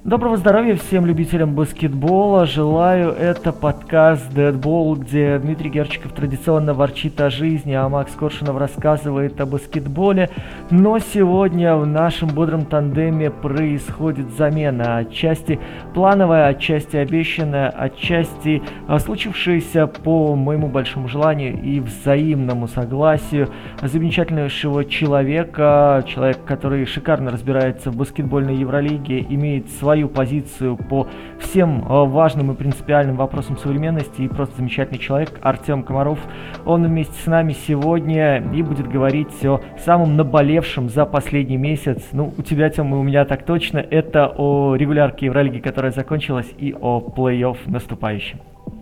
Доброго здоровья всем любителям баскетбола. Желаю, это подкаст Deadball, где Дмитрий Герчиков традиционно ворчит о жизни, а Макс Коршунов рассказывает о баскетболе. Но сегодня в нашем бодром тандеме происходит замена. Отчасти плановая, отчасти обещанная, отчасти случившаяся по моему большому желанию и взаимному согласию замечательнейшего человека, который шикарно разбирается в баскетбольной Евролиге, имеет свою позицию по всем важным и принципиальным вопросам современности, и просто замечательный человек Артем Комаров. Он вместе с нами сегодня и будет говорить о самом наболевшем за последний месяц. Ну, у тебя, Тём, и у меня так точно. Это о регулярке Евролиги, которая закончилась, и о плей-офф наступающем.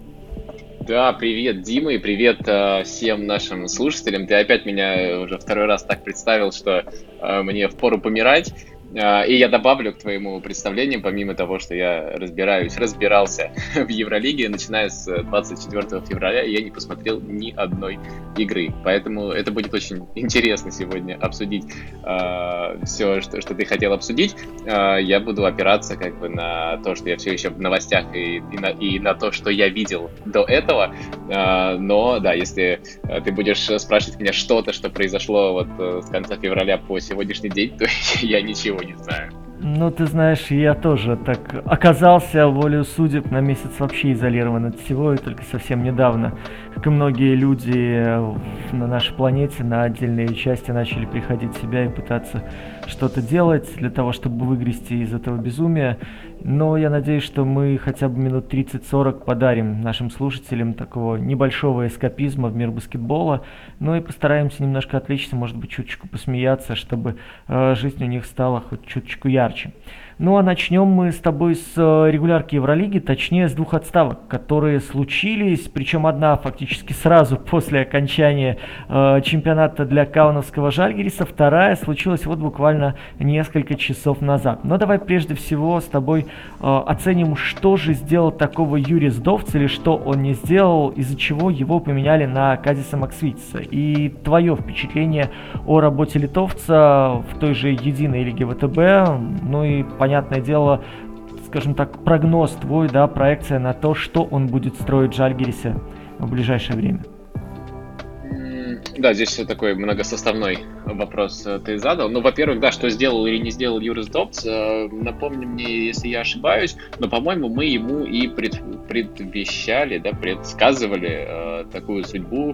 Да, привет, Дима, и привет всем нашим слушателям. Ты опять меня уже второй раз так представил, что мне впору помирать. И я добавлю к твоему представлению, помимо того, что я разбирался в Евролиге, начиная с 24 февраля, я не посмотрел ни одной игры. Поэтому это будет очень интересно сегодня обсудить все, что ты хотел обсудить. Я буду опираться как бы на то, что я все еще в новостях, и на то, что я видел до этого. Но да, если ты будешь спрашивать меня что-то, что произошло вот с конца февраля по сегодняшний день, то я ничего не знаю. Ну, ты знаешь, я тоже так оказался волею судеб на месяц вообще изолирован от всего, и только совсем недавно, как и многие люди на нашей планете, на отдельные части начали приходить в себя и пытаться что-то делать для того, чтобы выгрести из этого безумия. Но я надеюсь, что мы хотя бы минут 30-40 подарим нашим слушателям такого небольшого эскапизма в мир баскетбола, ну и постараемся немножко отвлечься, может быть, чуточку посмеяться, чтобы жизнь у них стала хоть чуточку ярче. Ну а начнем мы с тобой с регулярки Евролиги, точнее с двух отставок, которые случились, причем одна фактически сразу после окончания чемпионата для кауновского Жальгириса, вторая случилась вот буквально несколько часов назад. Но давай прежде всего с тобой оценим, что же сделал такого Юрис Довц, или что он не сделал, из-за чего его поменяли на Казиса Максвитиса. И твое впечатление о работе литовца в той же единой лиге ВТБ, ну и понятное дело, скажем так, прогноз твой, да, проекция на то, что он будет строить в Жальгирисе в ближайшее время. Да, здесь такой многосоставной вопрос ты задал. Ну, во-первых, да, что сделал или не сделал Юрис Довц, напомни мне, если я ошибаюсь, но, по-моему, мы ему и предвещали, да, предсказывали такую судьбу,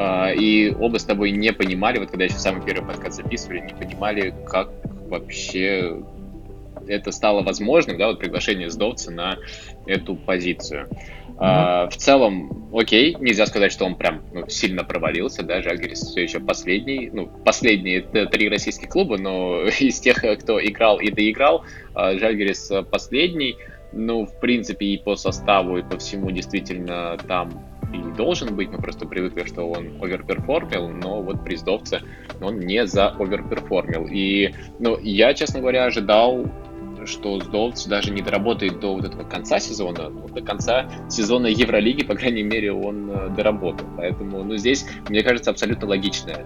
и оба с тобой не понимали, вот когда еще самый первый подкаст записывали, не понимали, как вообще это стало возможным, да, вот приглашение с Довца на эту позицию. В целом, окей, нельзя сказать, что он прям сильно провалился, да, Жальгирис все еще последний, последние 3 российских клуба, но из тех, кто играл и доиграл, Жальгирис последний, в принципе, и по составу, и по всему действительно там и должен быть, мы просто привыкли, что он оверперформил, но вот при Довце он не заоверперформил. И, я, честно говоря, ожидал, что Довц даже не доработает до вот этого конца сезона, до конца сезона Евролиги, по крайней мере, он доработал. Поэтому, здесь, мне кажется, абсолютно логичная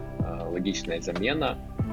замена.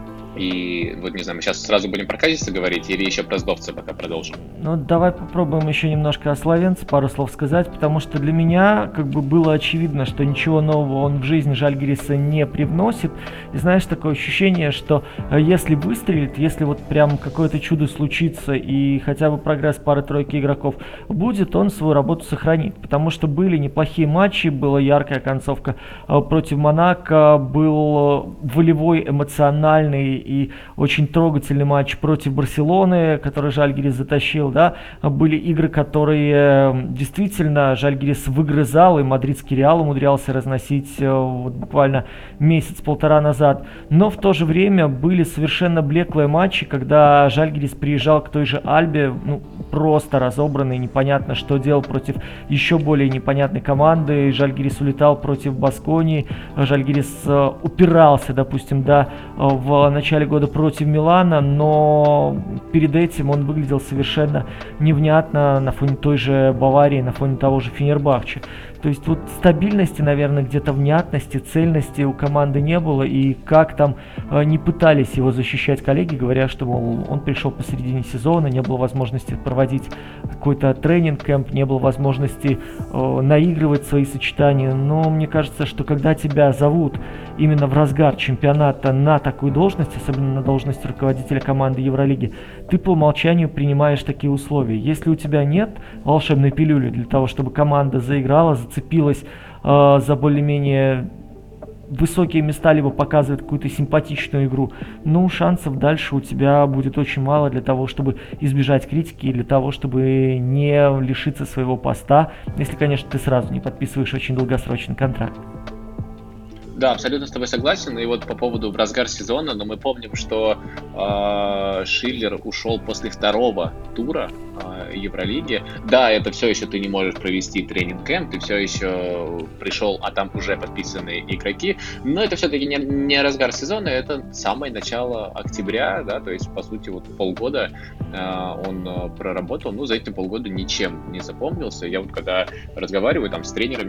И вот, не знаю, мы сейчас сразу будем про Казиса говорить или еще про Довца пока продолжим? Давай попробуем еще немножко о словенце пару слов сказать, потому что для меня как бы было очевидно, что ничего нового он в жизнь Жальгириса не привносит. И знаешь, такое ощущение, что если выстрелит, если вот прям какое-то чудо случится и хотя бы прогресс пары-тройки игроков будет, он свою работу сохранит. Потому что были неплохие матчи, была яркая концовка против Монако, был волевой, эмоциональный и очень трогательный матч против Барселоны, который Жальгирис затащил, да, были игры, которые действительно Жальгирис выгрызал, и мадридский Реал умудрялся разносить вот буквально месяц-полтора назад, но в то же время были совершенно блеклые матчи, когда Жальгирис приезжал к той же Альбе, просто разобранный, непонятно что делал против еще более непонятной команды, Жальгирис улетал против Басконии, Жальгирис упирался, допустим, да, в начале начале года против Милана, но перед этим он выглядел совершенно невнятно на фоне той же Баварии, на фоне того же Фенербахче. То есть вот стабильности, наверное, где-то внятности, цельности у команды не было, и как там не пытались его защищать коллеги, говоря, что, мол, он пришел посередине сезона, не было возможности проводить какой-то тренинг-кэмп, не было возможности наигрывать свои сочетания, но мне кажется, что когда тебя зовут именно в разгар чемпионата на такую должность, особенно на должность руководителя команды Евролиги, ты по умолчанию принимаешь такие условия. Если у тебя нет волшебной пилюли для того, чтобы команда заиграла, зацепилась за более-менее высокие места, либо показывает какую-то симпатичную игру, ну, шансов дальше у тебя будет очень мало для того, чтобы избежать критики, для того, чтобы не лишиться своего поста, если, конечно, ты сразу не подписываешь очень долгосрочный контракт. Да, абсолютно с тобой согласен. И вот по поводу в разгар сезона, но мы помним, что Шиллер ушел после второго тура Евролиги. Да, это все еще ты не можешь провести тренинг-кэмп, ты все еще пришел, а там уже подписаны игроки. Но это все-таки не разгар сезона, это самое начало октября, да, то есть, по сути, вот полгода он проработал, ну, за эти полгода ничем не запомнился. Я вот когда разговариваю там с тренерами,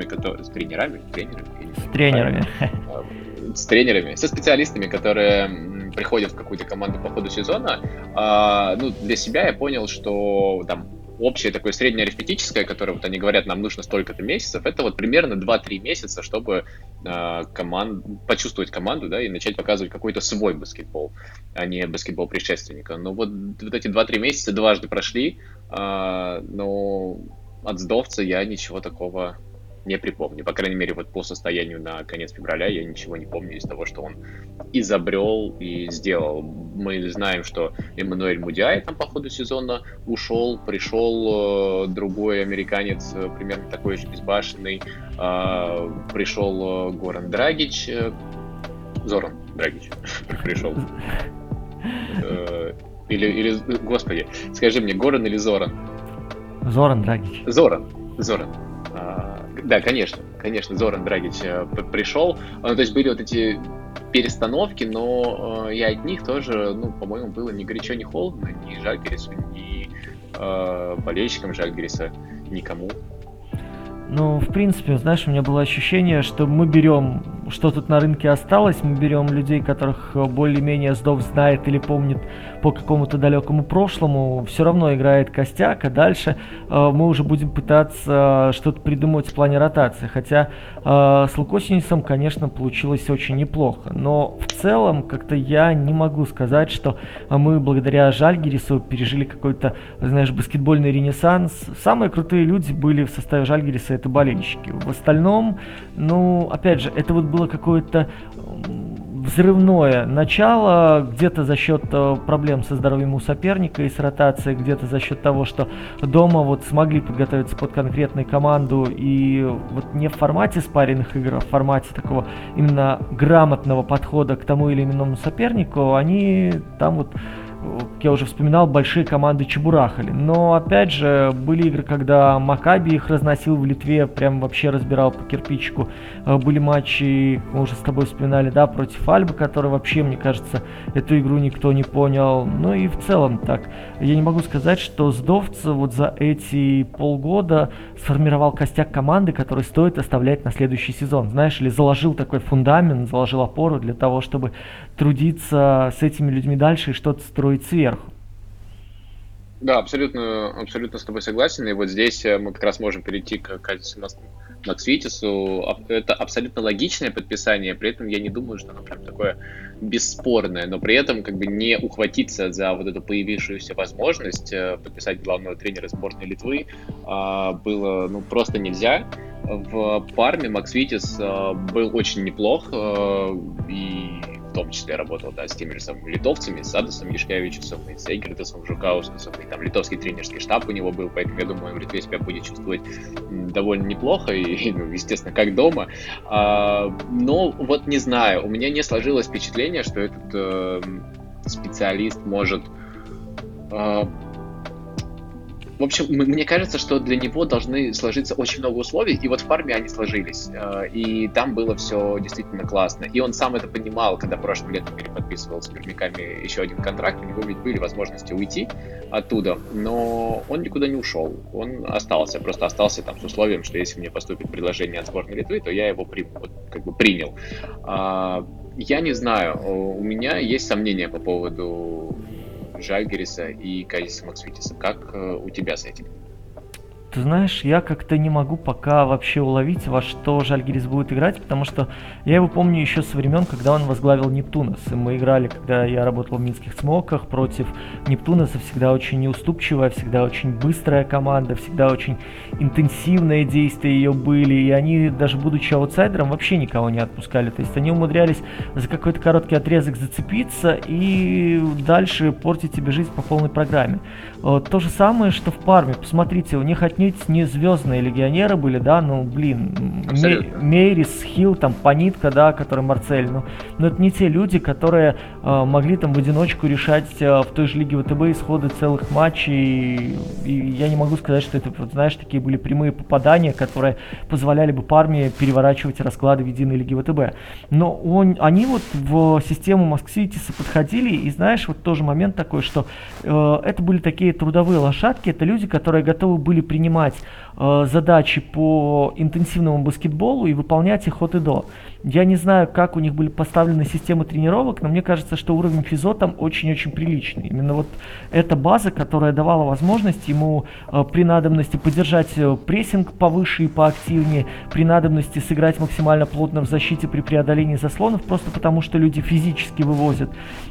с тренерами, со специалистами, которые приходят в какую-то команду по ходу сезона, ну, для себя я понял, что там общее такое среднеарифметическое, которое вот они говорят, нам нужно столько-то месяцев, это вот примерно 2-3 месяца, чтобы почувствовать команду, да, и начать показывать какой-то свой баскетбол, а не баскетбол предшественника. Но вот эти 2-3 месяца дважды прошли, но от Сдовца я ничего такого не припомню. По крайней мере, вот по состоянию на конец февраля я ничего не помню из того, что он изобрел и сделал. Мы знаем, что Эммануэль Мудиай там по ходу сезона ушел, пришел другой американец, примерно такой же безбашенный, пришел Зоран Драгич пришел. Или, господи, скажи мне, Горан или Зоран? Зоран Драгич. Зоран. Да, конечно, Зоран Драгич пришел. Ну, то есть были вот эти перестановки, но и от них тоже, ну, по-моему, было ни горячо, ни холодно, ни Жальгирису, ни болельщикам Жальгириса, никому. Ну, в принципе, знаешь, у меня было ощущение, что мы берем, что тут на рынке осталось, мы берем людей, которых более-менее Сдов знает или помнит по какому-то далекому прошлому, все равно играет костяк, а дальше мы уже будем пытаться что-то придумать в плане ротации. Хотя с Лукосинисом, конечно, получилось очень неплохо, но в целом как-то я не могу сказать, что мы благодаря Жальгирису пережили какой-то, знаешь, баскетбольный ренессанс. Самые крутые люди были в составе Жальгириса, это болельщики. В остальном, ну, опять же, это вот было какое-то взрывное начало, где-то за счет проблем со здоровьем у соперника и с ротацией, где-то за счет того, что дома вот смогли подготовиться под конкретную команду и вот не в формате спарринных игр, а в формате такого именно грамотного подхода к тому или иному сопернику, они там вот, как я уже вспоминал, большие команды чебурахали. Но, опять же, были игры, когда Макаби их разносил в Литве, прям вообще разбирал по кирпичику. Были матчи, мы уже с тобой вспоминали, да, против Альбы, который вообще, мне кажется, эту игру никто не понял. Ну и в целом так. Я не могу сказать, что Сдовц вот за эти полгода сформировал костяк команды, который стоит оставлять на следующий сезон. Знаешь, или заложил такой фундамент, заложил опору для того, чтобы трудиться с этими людьми дальше и что-то строить сверху. Да, абсолютно с тобой согласен. И вот здесь мы как раз можем перейти к Максвитису. Это абсолютно логичное подписание, при этом я не думаю, что оно прям такое бесспорное, но при этом как бы не ухватиться за вот эту появившуюся возможность подписать главного тренера сборной Литвы было, ну, просто нельзя. В Парме Максвитис был очень неплох и в том числе работал, да, с теми же самыми литовцами, с Адасом Яшкевичусом, и с Эйгертасом Жукаускасом, и там литовский тренерский штаб у него был, поэтому я думаю, в Литве себя будет чувствовать довольно неплохо, и, ну, естественно, как дома. Но вот не знаю, у меня не сложилось впечатление, что этот специалист может В общем, мне кажется, что для него должны сложиться очень много условий, и вот в Парме они сложились, и там было все действительно классно. И он сам это понимал, когда прошлым летом переподписывал с Пермяками еще один контракт, у него ведь были возможности уйти оттуда, но он никуда не ушел, он остался, просто остался там с условием, что если мне поступит предложение от сборной Литвы, то я его принял. Я не знаю, у меня есть сомнения по поводу Жальгириса и Казиса Максвитиса. Как у тебя с этим? Ты знаешь, я как-то не могу пока вообще уловить, во что Жальгирис будет играть, потому что я его помню еще со времен, когда он возглавил Нептунос. И мы играли, когда я работал в Минских Цмоках, против Нептуноса. Всегда очень неуступчивая, всегда очень быстрая команда, всегда очень интенсивные действия ее были. И они, даже будучи аутсайдером, вообще никого не отпускали. То есть они умудрялись за какой-то короткий отрезок зацепиться и дальше портить тебе жизнь по полной программе. То же самое, что в Парме. Посмотрите, у них отнюдь не звездные легионеры были, да, ну, блин, Мейрис, Хилл, там, Панитка, да, который Марцель, но это не те люди, которые могли там в одиночку решать в той же Лиге ВТБ исходы целых матчей, и я не могу сказать, что это, вот, знаешь, такие были прямые попадания, которые позволяли бы Парме переворачивать расклады в единой Лиге ВТБ. Но они вот в систему Москвитиса подходили, и знаешь, вот тоже момент такой, что это были такие трудовые лошадки, это люди, которые готовы были принимать задачи по интенсивному баскетболу и выполнять их от и до. Я не знаю, как у них были поставлены системы тренировок, но мне кажется, что уровень физо там очень-очень приличный. Именно вот эта база, которая давала возможность ему при надобности поддержать прессинг повыше и поактивнее, при надобности сыграть максимально плотно в защите при преодолении заслонов, просто потому что люди физически вывозят.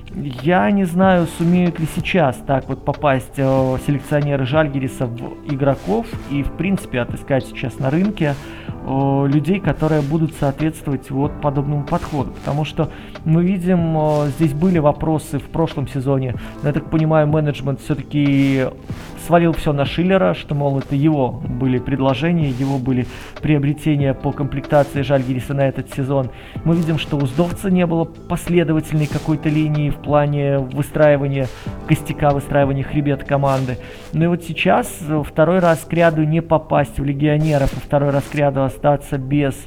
Я не знаю, сумеют ли сейчас так вот попасть селекционеры Жальгириса в игроков и, в принципе, отыскать сейчас на рынке людей, которые будут соответствовать вот подобному подходу. Потому что мы видим, здесь были вопросы в прошлом сезоне, но я так понимаю, менеджмент все-таки свалил все на Шиллера, что, мол, это его были предложения, его были приобретения по комплектации Жальгириса на этот сезон. Мы видим, что у Сдовца не было последовательной какой-то линии в плане выстраивания костяка, выстраивания хребета команды. Ну и вот сейчас второй раз к ряду не попасть в легионеров, и второй раз к ряду остаться без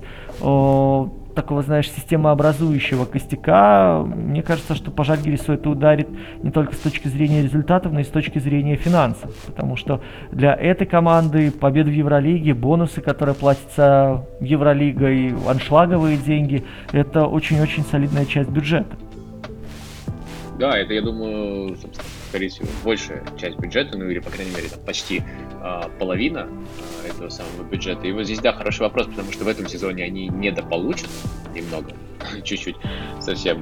такого, знаешь, системообразующего костяка, мне кажется, что по Жальгирису это ударит не только с точки зрения результатов, но и с точки зрения финансов. Потому что для этой команды победа в Евролиге, бонусы, которые платятся Евролигой, аншлаговые деньги, это очень-очень солидная часть бюджета. Да, это, я думаю, собственно, скорее всего, большая часть бюджета, ну или, по крайней мере, там, почти половина этого самого бюджета. И вот здесь, да, хороший вопрос, потому что в этом сезоне они недополучат немного, чуть-чуть совсем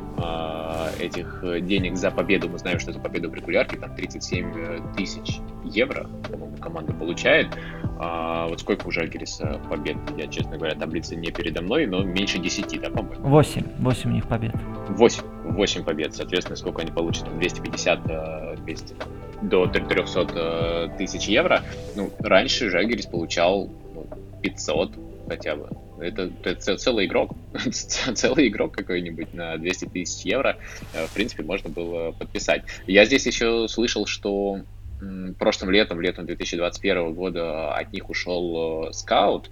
этих денег за победу. Мы знаем, что за победу в регулярке там 37 тысяч евро, по-моему, команда получает. Вот сколько у Жальгириса побед? Я, честно говоря, таблица не передо мной, но меньше 10, да, по-моему? 8 у них побед. 8 побед, соответственно, сколько они получат? 250, 200, до 300 тысяч евро. Ну, раньше Жальгирис получал 500 хотя бы. Это целый игрок, целый игрок какой-нибудь на 200 тысяч евро, в принципе, можно было подписать. Я здесь еще слышал, что прошлым летом 2021 года от них ушел скаут.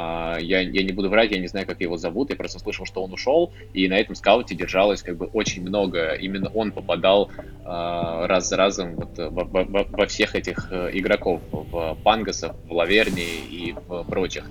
Я не буду врать, я не знаю, как его зовут, я просто слышал, что он ушел, и на этом скауте держалось как бы очень много. Именно он попадал раз за разом вот во всех этих игроков, в Пангасов, в Лаверни и в прочих.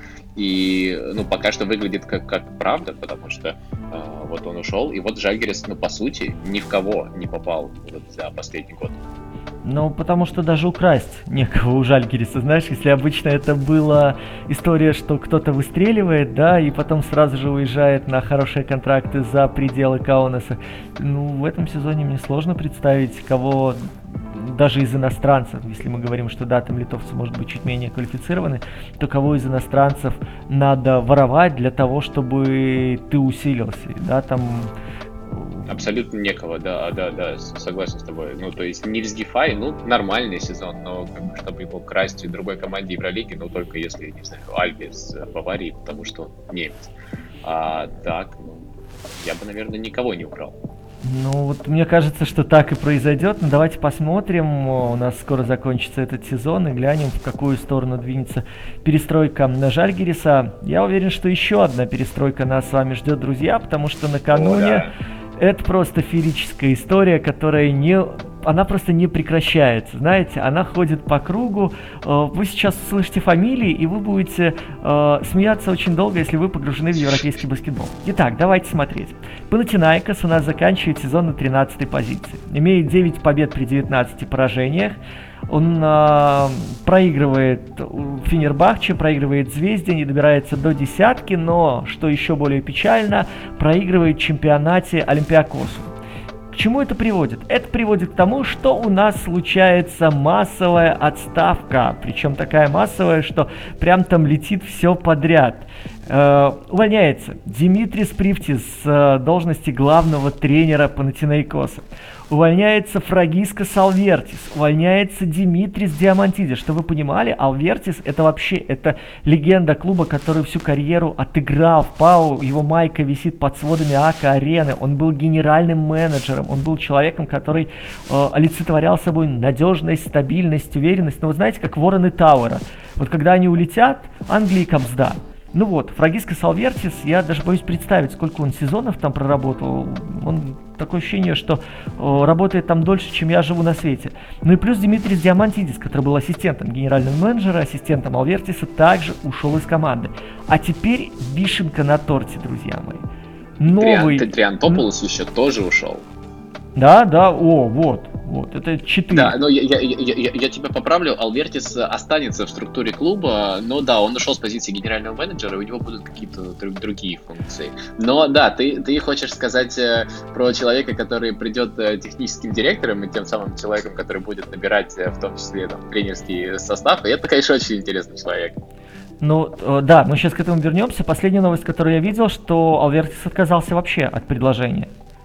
И ну, пока что выглядит как правда, потому что вот он ушел, и вот Жальгирис, ну, по сути, ни в кого не попал вот за последний год. Ну, потому что даже украсть некого у Жальгириса, знаешь, если обычно это была история, что кто-то выстреливает, да, и потом сразу же уезжает на хорошие контракты за пределы Каунаса. Ну, в этом сезоне мне сложно представить, кого даже из иностранцев, если мы говорим, что да, там литовцы, может быть, чуть менее квалифицированы, то кого из иностранцев надо воровать для того, чтобы ты усилился, да, там... Абсолютно некого, да, согласен с тобой. Ну, то есть Нильс Гифай, ну, нормальный сезон, но как бы, чтобы его красть в другой команде Евролиги, ну, только если, не знаю, Альби из Баварии, потому что он немец. А так, ну, я бы, наверное, никого не украл. Ну, вот мне кажется, что так и произойдет. Но давайте посмотрим. У нас скоро закончится этот сезон и глянем, в какую сторону двинется перестройка на Жальгириса. Я уверен, что еще одна перестройка нас с вами ждет, друзья, потому что накануне это просто феерическая история, которая она просто не прекращается, знаете, она ходит по кругу. Вы сейчас услышите фамилии, и вы будете смеяться очень долго, если вы погружены в европейский баскетбол. Итак, давайте смотреть. Панатинаикос у нас заканчивает сезон на 13-й позиции. Имеет 9 побед при 19 поражениях. Он проигрывает Фенербахче, проигрывает Звезде, не добирается до десятки, но, что еще более печально, проигрывает в чемпионате Олимпиакосу. К чему это приводит? Это приводит к тому, что у нас случается массовая отставка. Причем такая массовая, что прям там летит все подряд. Увольняется Димитрис Привтис с должности главного тренера Панатинаикоса. Увольняется Фрагискас Алвертис. Увольняется Димитрис Диамантидис. Что вы понимали, Алвертис это легенда клуба, который всю карьеру отыграл в ПАО. Его майка висит под сводами АК-арены. Он был генеральным менеджером. Он был человеком, который олицетворял собой надежность, стабильность, уверенность. Но вы знаете, как Ворон и Тауэра. Вот когда они улетят, Англия и Кобзда. Ну вот, Фрагискас Алвертис, я даже боюсь представить, сколько он сезонов там проработал. Он такое ощущение, что работает там дольше, чем я живу на свете. Ну и плюс Димитрис Диамантидис, который был ассистентом генерального менеджера, ассистентом Алвертиса, также ушел из команды. А теперь вишенка на торте, друзья мои. Новый... Триантополос еще тоже ушел. Да, вот, это 4. Да, но я тебя поправлю, Алвертис останется в структуре клуба, но да, он ушел с позиции генерального менеджера, у него будут какие-то другие функции. Но да, ты хочешь сказать про человека, который придет техническим директором и тем самым человеком, который будет набирать в том числе тренерский состав, и это, конечно, очень интересный человек. Ну, да, мы сейчас к этому вернемся. Последняя новость, которую я видел, что Алвертис отказался вообще от предложения.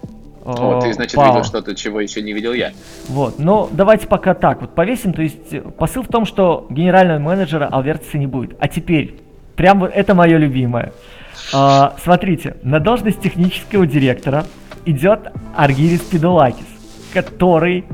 Ты, значит, видел что-то, чего еще не видел я. Вот, но давайте пока так вот повесим. То есть посыл в том, что генерального менеджера Алвертиса не будет. А теперь, прям вот это мое любимое. Смотрите, на должность технического директора идет Аргирис Пидолакис, который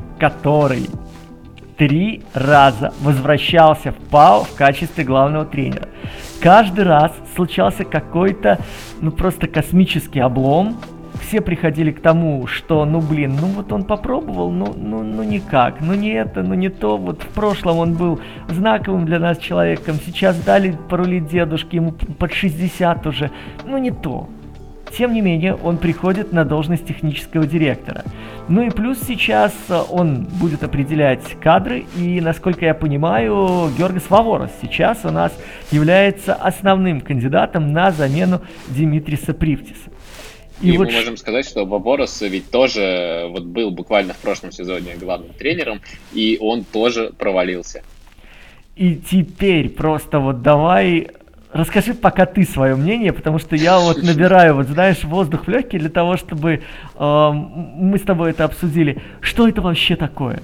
3 раза возвращался в ПАО в качестве главного тренера. Каждый раз случался какой-то, просто космический облом. Все приходили к тому, что, вот он попробовал, никак, не это, не то. Вот в прошлом он был знаковым для нас человеком, сейчас дали порулить дедушке, ему под 60 уже, не то. Тем не менее, он приходит на должность технического директора. Ну и плюс сейчас он будет определять кадры, и, насколько я понимаю, Георгос Ваворос сейчас у нас является основным кандидатом на замену Димитриса Привтиса. И мы можем сказать, что Ваворос ведь тоже был буквально в прошлом сезоне главным тренером, и он тоже провалился. И теперь просто давай расскажи пока ты свое мнение, потому что я набираю, воздух в легкие для того, чтобы мы с тобой это обсудили. Что это вообще такое?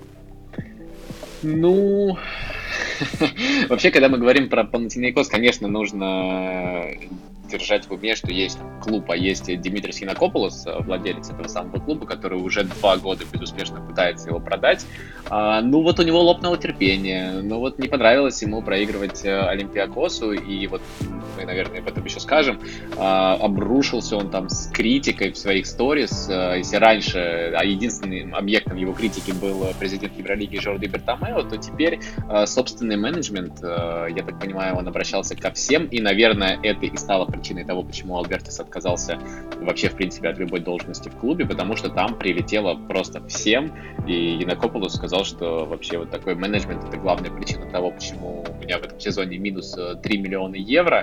Вообще, когда мы говорим про Панатинаикос, конечно, нужно держать в уме, что есть клуб, а есть Димитрис Янакополос, владелец этого самого клуба, который уже 2 года безуспешно пытается его продать. У него лопнуло терпение, не понравилось ему проигрывать Олимпиакосу, и мы, наверное, об этом еще скажем, обрушился он там с критикой в своих сторис. Если раньше единственным объектом его критики был президент Евролиги Жорди Бертомео, то теперь собственный менеджмент, я так понимаю, он обращался ко всем, и, наверное, это и стало причиной того, почему Алвертис отказался вообще, в принципе, от любой должности в клубе, потому что там прилетело просто всем, и Янакополос сказал, что вообще такой менеджмент — это главная причина того, почему у меня в этом сезоне минус 3 миллиона евро.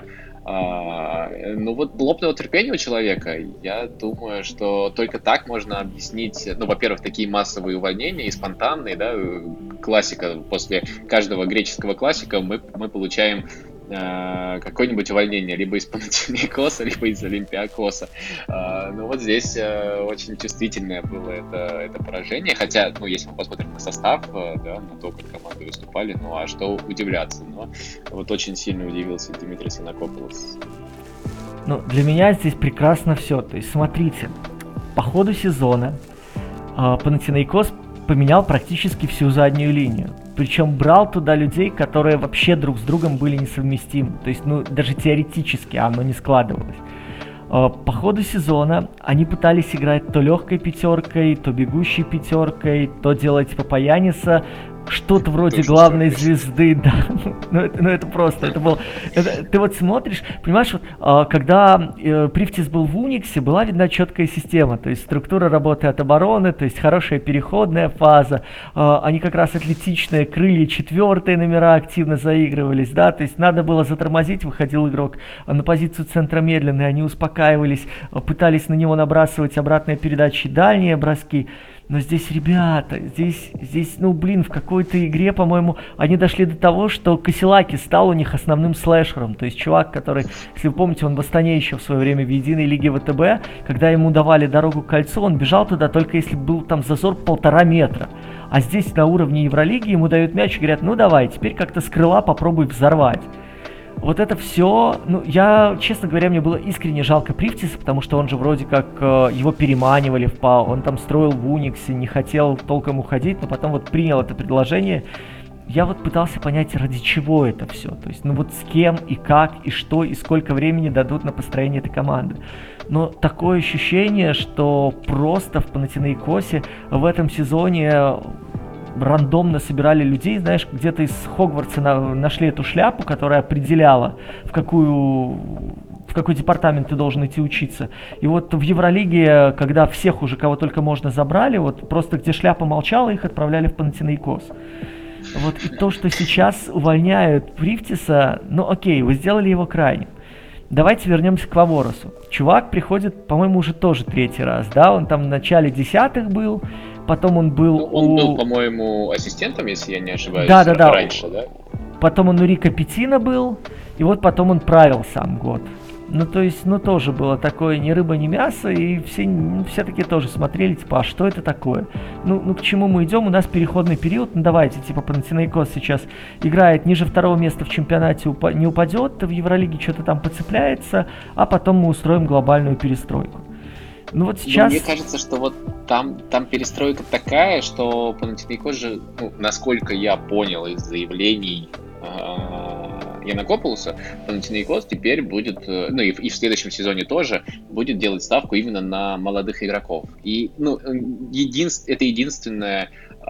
Лопнуло терпение у человека. Я думаю, что только так можно объяснить, во-первых, такие массовые увольнения и спонтанные, да, классика, после каждого греческого классика мы получаем какое-нибудь увольнение либо из Панатинаикоса, либо из Олимпиакоса. Здесь очень чувствительное было это поражение, хотя, если мы посмотрим на состав, на то, как команды выступали, а что удивляться, очень сильно удивился Димитрис Янакополос. Для меня здесь прекрасно все, то есть смотрите, по ходу сезона Панатинаикос поменял практически всю заднюю линию. Причем брал туда людей, которые вообще друг с другом были несовместимы. То есть, даже теоретически оно не складывалось. По ходу сезона они пытались играть то легкой пятеркой, то бегущей пятеркой, то делать типа Паяниса, что-то вроде главной звезды, да. Это просто, это было... ты вот смотришь, понимаешь, вот, когда Привтис был в Униксе, была видна четкая система, то есть структура работы от обороны, то есть хорошая переходная фаза, они как раз атлетичные, крылья, четвертые номера активно заигрывались, да, то есть надо было затормозить, выходил игрок на позицию центра медленный, они успокаивались, пытались на него набрасывать обратные передачи, дальние броски. Но здесь, ребята, здесь, в какой-то игре, по-моему, они дошли до того, что Касилаки стал у них основным слэшером. То есть чувак, который, если вы помните, он в Астане еще в свое время в единой лиге ВТБ, когда ему давали дорогу к кольцу, он бежал туда только если был там зазор 1,5 метра. А здесь на уровне Евролиги ему дают мяч и говорят, давай, теперь как-то с крыла попробуй взорвать. Вот это все, я, честно говоря, мне было искренне жалко Привтиса, потому что он же вроде как его переманивали в ПАО, он там строил в Униксе, не хотел толком уходить, но потом вот принял это предложение. Я вот пытался понять, ради чего это все, то есть, с кем и как, и что, и сколько времени дадут на построение этой команды. Но такое ощущение, что просто в Панатинаикосе в этом сезоне рандомно собирали людей, знаешь, где-то из Хогвартса нашли эту шляпу, которая определяла, в какой департамент ты должен идти учиться. И вот в Евролиге, когда всех уже, кого только можно, забрали, вот просто где шляпа молчала, их отправляли в Панатинаикос. Вот и то, что сейчас увольняют Привтиса, окей, вы сделали его крайним. Давайте вернемся к Ваворосу. Чувак приходит, по-моему, уже тоже 3-й раз, да, он там в начале 10-х был, потом он был Он был, по-моему, ассистентом, если я не ошибаюсь, да. раньше, да? Потом он у Рика Петина был, и вот потом он правил сам год. То есть, тоже было такое ни рыба, ни мясо, и все такие тоже смотрели, типа, а что это такое? К чему мы идем? У нас переходный период, давайте, типа, Панатинаикос сейчас играет ниже 2-го места в чемпионате, не упадет, в Евролиге что-то там поцепляется, а потом мы устроим глобальную перестройку. Вот сейчас... Мне кажется, что вот там перестройка такая, что Панатинаикос же, насколько я понял из заявлений Янакопулоса, Панатинаикос теперь будет, и в следующем сезоне тоже, будет делать ставку именно на молодых игроков. И, это единственное,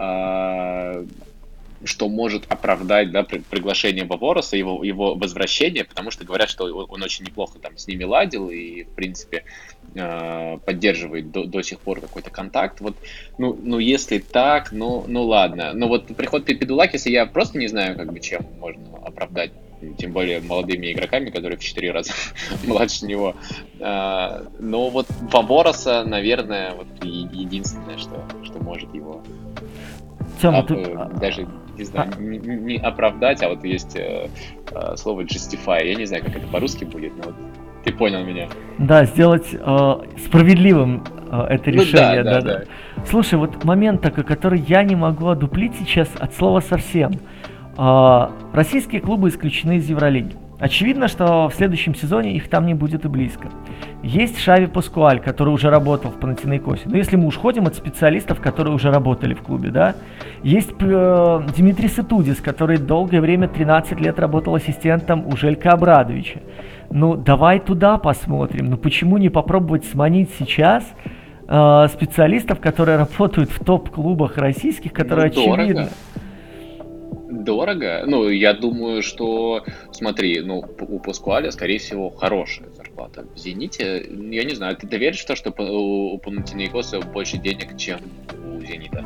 что может оправдать, да, приглашение Вавороса, его возвращение, потому что говорят, что он очень неплохо там с ними ладил и, в принципе, поддерживает до сих пор какой-то контакт. Вот, если так, ладно. Но вот приход Пепедулакиса я просто не знаю, чем можно оправдать, тем более молодыми игроками, которые в 4 раза младше него. Но вот Вавороса, наверное, вот единственное, что может его Тёма, даже, не знаю, не оправдать, а вот есть слово justify. Я не знаю, как это по-русски будет, но вот ты понял меня. Да, сделать справедливым это решение. Да. Слушай, вот момент такой, который я не могу одуплить сейчас от слова совсем. Российские клубы исключены из Евролиги. Очевидно, что в следующем сезоне их там не будет и близко. Есть Шави Паскуаль, который уже работал в Панатинаикосе. Если мы уж ходим от специалистов, которые уже работали в клубе, да. Есть Димитрий Сытудис, который долгое время, 13 лет, работал ассистентом у Желька Абрадовича. Давай туда посмотрим. Почему не попробовать сманить сейчас специалистов, которые работают в топ-клубах российских, которые очевидно... Дорого? Я думаю, что, смотри, у Паскуаля, скорее всего, хорошая зарплата. В «Зените», я не знаю, ты веришь в то, что у Панатинаикоса больше денег, чем у «Зенита»?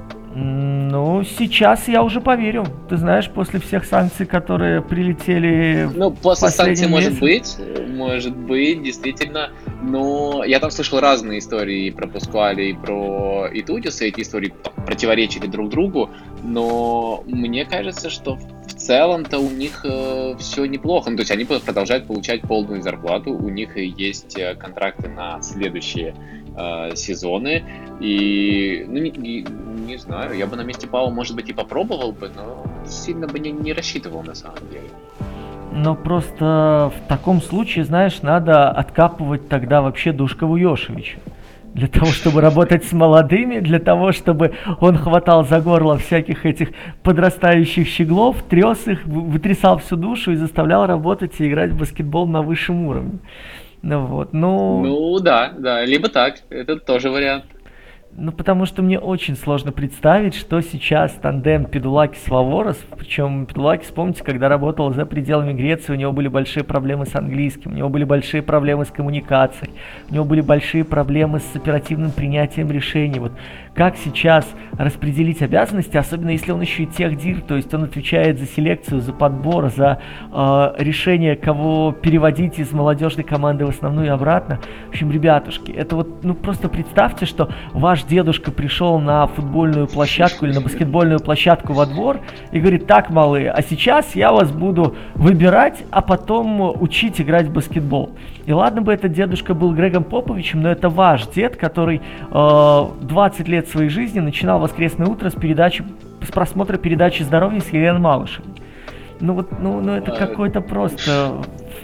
Сейчас я уже поверю. Ты знаешь, после всех санкций, которые прилетели... После санкций может быть, действительно. Но я там слышал разные истории про Паскуаля и про Итудиса. Эти истории противоречили друг другу. Но мне кажется, что в целом-то у них все неплохо. То есть они продолжают получать полную зарплату. У них есть контракты на следующие сезоны. И, не знаю, я бы на месте Пау, может быть, и попробовал бы, но сильно бы не рассчитывал на самом деле. Но просто в таком случае, знаешь, надо откапывать тогда вообще Душкову Йошевича. для того, чтобы работать с молодыми, для того, чтобы он хватал за горло всяких этих подрастающих щеглов, трес их, вытрясал всю душу и заставлял работать и играть в баскетбол на высшем уровне. Ну вот, Ну да, да, либо так, это тоже вариант. ну, потому что мне очень сложно представить, что сейчас тандем Педулакис-Ваворос, причем Педулакис, помните, когда работал за пределами Греции, у него были большие проблемы с английским, у него были большие проблемы с коммуникацией, у него были большие проблемы с оперативным принятием решений. Вот как сейчас распределить обязанности, особенно если он еще и техдир, то есть он отвечает за селекцию, за подбор, за решение, кого переводить из молодежной команды в основную и обратно. В общем, ребятушки, это вот, ну просто представьте, что ваш дедушка пришел на футбольную площадку или на баскетбольную площадку во двор и говорит: так, малые, а сейчас я вас буду выбирать, а потом учить играть в баскетбол. И ладно бы этот дедушка был Грегом Поповичем, но это ваш дед, который 20 лет своей жизни начинал воскресное утро с просмотра передачи «Здоровье» с Еленой Малышевой. Ну вот, ну это какой-то просто...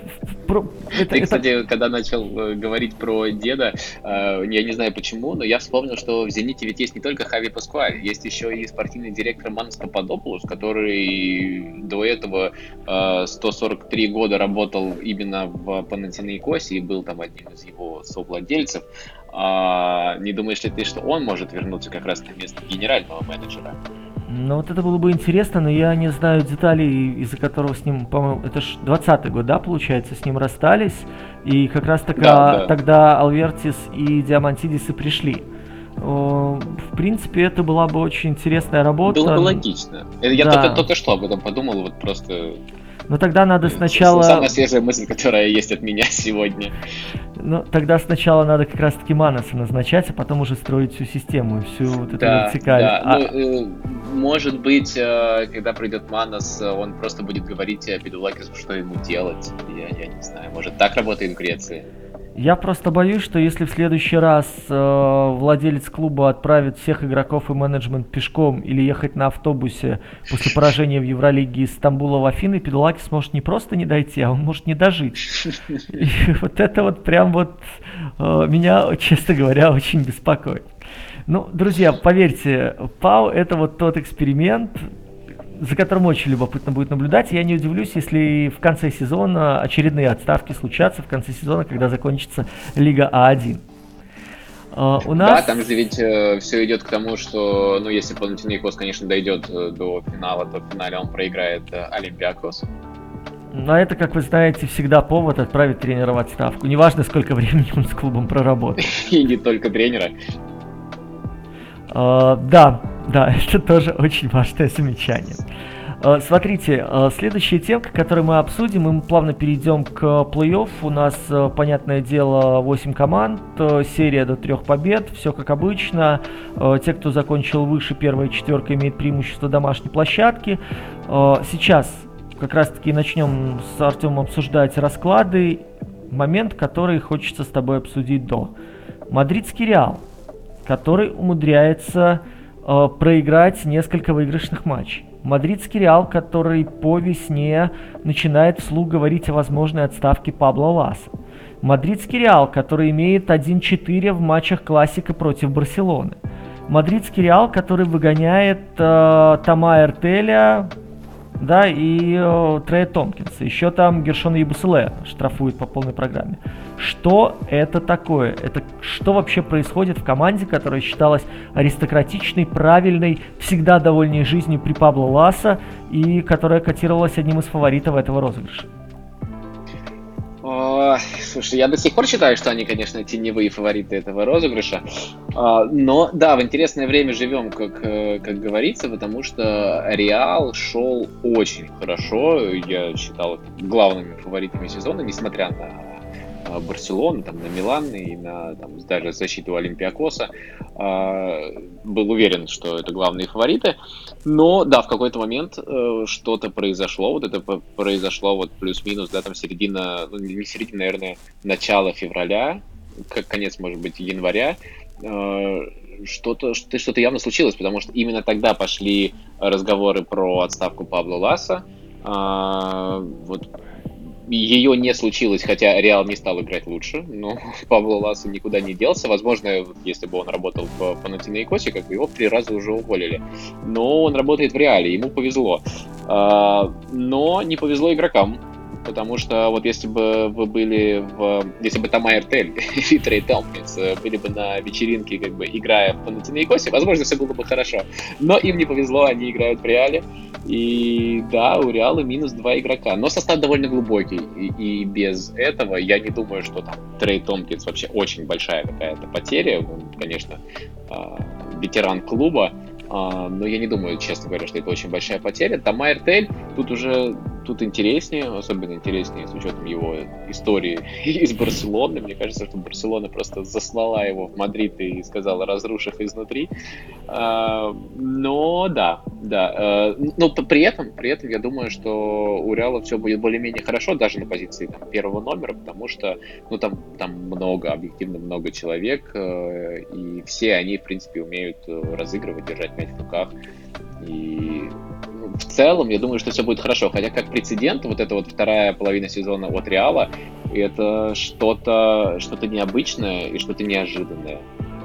Ты, кстати, когда начал говорить про деда, я не знаю почему, но я вспомнил, что в «Зените» ведь есть не только Хави Паскуаль, есть еще и спортивный директор Манас Пападопулос, который до этого 143 года работал именно в Панатинаикосе и был там одним из его совладельцев. Не думаешь ли ты, что он может вернуться как раз на место генерального менеджера? Ну вот это было бы интересно, но я не знаю деталей, из-за которого с ним, по-моему, это ж 20-й год, да, получается, с ним расстались, и как раз тогда Алвертис и Диамантидис и пришли. В принципе, это была бы очень интересная работа. Было бы логично. Я только что об этом подумал, вот просто... Но тогда надо сначала... Самая свежая мысль, которая есть от меня сегодня. Ну, тогда сначала надо как раз-таки Манаса назначать, а потом уже строить всю систему, всю вот эту вертикаль. Да. Может быть, когда придет Манас, он просто будет говорить Педулакису, что ему делать. Я не знаю, может, так работает в Греции? Я просто боюсь, что если в следующий раз владелец клуба отправит всех игроков и менеджмент пешком или ехать на автобусе после поражения в Евролиге из Стамбула в Афины, Педулакис может не просто не дойти, а он может не дожить. И вот это вот прям вот меня, честно говоря, очень беспокоит. Ну, друзья, поверьте, ПАО — это вот тот эксперимент, за которым очень любопытно будет наблюдать. Я не удивлюсь, если в конце сезона очередные отставки случатся, в конце сезона, когда закончится Лига А1. Да, там же ведь все идет к тому, что, ну, если Панатинаикос, конечно, дойдет до финала, то в финале он проиграет Олимпиакос. Но это, как вы знаете, всегда повод отправить тренера в отставку. Неважно, сколько времени он с клубом проработает. И не только тренера. Да, это тоже очень важное замечание. Смотрите, следующая темка, которую мы обсудим, мы плавно перейдем к плей-офф. У нас, понятное дело, 8 команд, серия до 3 побед, все как обычно. Те, кто закончил выше, первая четверка, имеет преимущество домашней площадки. Сейчас как раз-таки начнем с Артемом обсуждать расклады. Момент, который хочется с тобой обсудить до. Мадридский Реал, который умудряется проиграть несколько выигрышных матчей. Мадридский Реал, который по весне начинает вслух говорить о возможной отставке Пабло Ласа. Мадридский Реал, который имеет 1-4 в матчах Классика против Барселоны. Мадридский Реал, который выгоняет Тома Эртеля, да, и Трея Томпкинса. Еще там Гершона Ебуселе штрафует по полной программе. Что это такое? Это что вообще происходит в команде, которая считалась аристократичной, правильной, всегда довольной жизнью при Пабло Ласа и которая котировалась одним из фаворитов этого розыгрыша? Слушай, я до сих пор считаю, что они, конечно, теневые фавориты этого розыгрыша. Но да, в интересное время живем, как говорится, потому что Реал шел очень хорошо. Я считал главными фаворитами сезона, несмотря на Барселону, там, на Милан и на даже защиту Олимпиакоса. Был уверен, что это главные фавориты. Но да, в какой-то момент что-то произошло. Вот это произошло вот плюс-минус, да, там середина, ну не середина, наверное, начало февраля, конец, может быть, января. Что-то явно случилось, потому что именно тогда пошли разговоры про отставку Пабло Ласа. Вот ее не случилось, хотя Реал не стал играть лучше, но Пабло Ласса никуда не делся. Возможно, если бы он работал в Панатинаикосе, как бы его в 3 раза уже уволили. Но он работает в Реале, ему повезло. Но не повезло игрокам. Потому что вот если бы вы были если бы Тома Эртель и Трей Томпкинс были бы на вечеринке, как бы играя в Панатинаикосе, возможно, все было бы хорошо. Но им не повезло, они играют в Реале. И да, у Реала минус 2 игрока. Но состав довольно глубокий. И без этого я не думаю, что там Трей Томпкинс вообще очень большая какая-то потеря. Он, конечно, ветеран клуба. Но я не думаю, честно говоря, что это очень большая потеря. Тома Эртель тут интереснее, особенно интереснее с учетом его истории из Барселоны. Мне кажется, что Барселона просто заслала его в Мадрид и сказала, разрушив изнутри. Но да. Но при этом я думаю, что у Реала все будет более-менее хорошо, даже на позиции первого номера, потому что там объективно много человек, и все они, в принципе, умеют разыгрывать, держать мяч в руках. И в целом, я думаю, что все будет хорошо. Хотя как прецедент, вот эта вот вторая половина сезона от Реала, это что-то необычное и что-то неожиданное.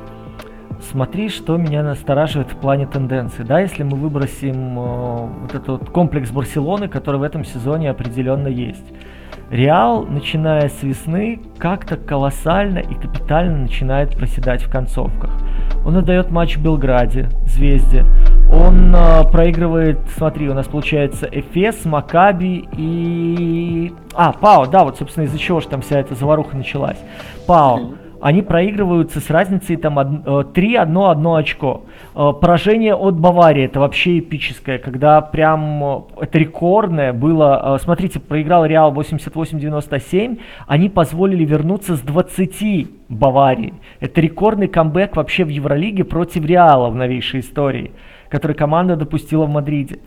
Смотри, что меня настораживает в плане тенденции. Да, если мы выбросим вот этот вот комплекс Барселоны, который в этом сезоне определенно есть. Реал, начиная с весны, как-то колоссально и капитально начинает проседать в концовках. Он отдает матч в Белграде, Звезде. Он проигрывает, смотри, у нас получается Эфес, Макаби и... ПАО, да, вот, собственно, из-за чего же там вся эта заваруха началась. ПАО. Они проигрываются с разницей там 3-1 очко. Поражение от Баварии, это вообще эпическое, когда прям это рекордное было. Смотрите, проиграл Реал 88-97, они позволили вернуться с 20 Баварии. Это рекордный камбэк вообще в Евролиге против Реала в новейшей истории, который команда допустила в Мадриде.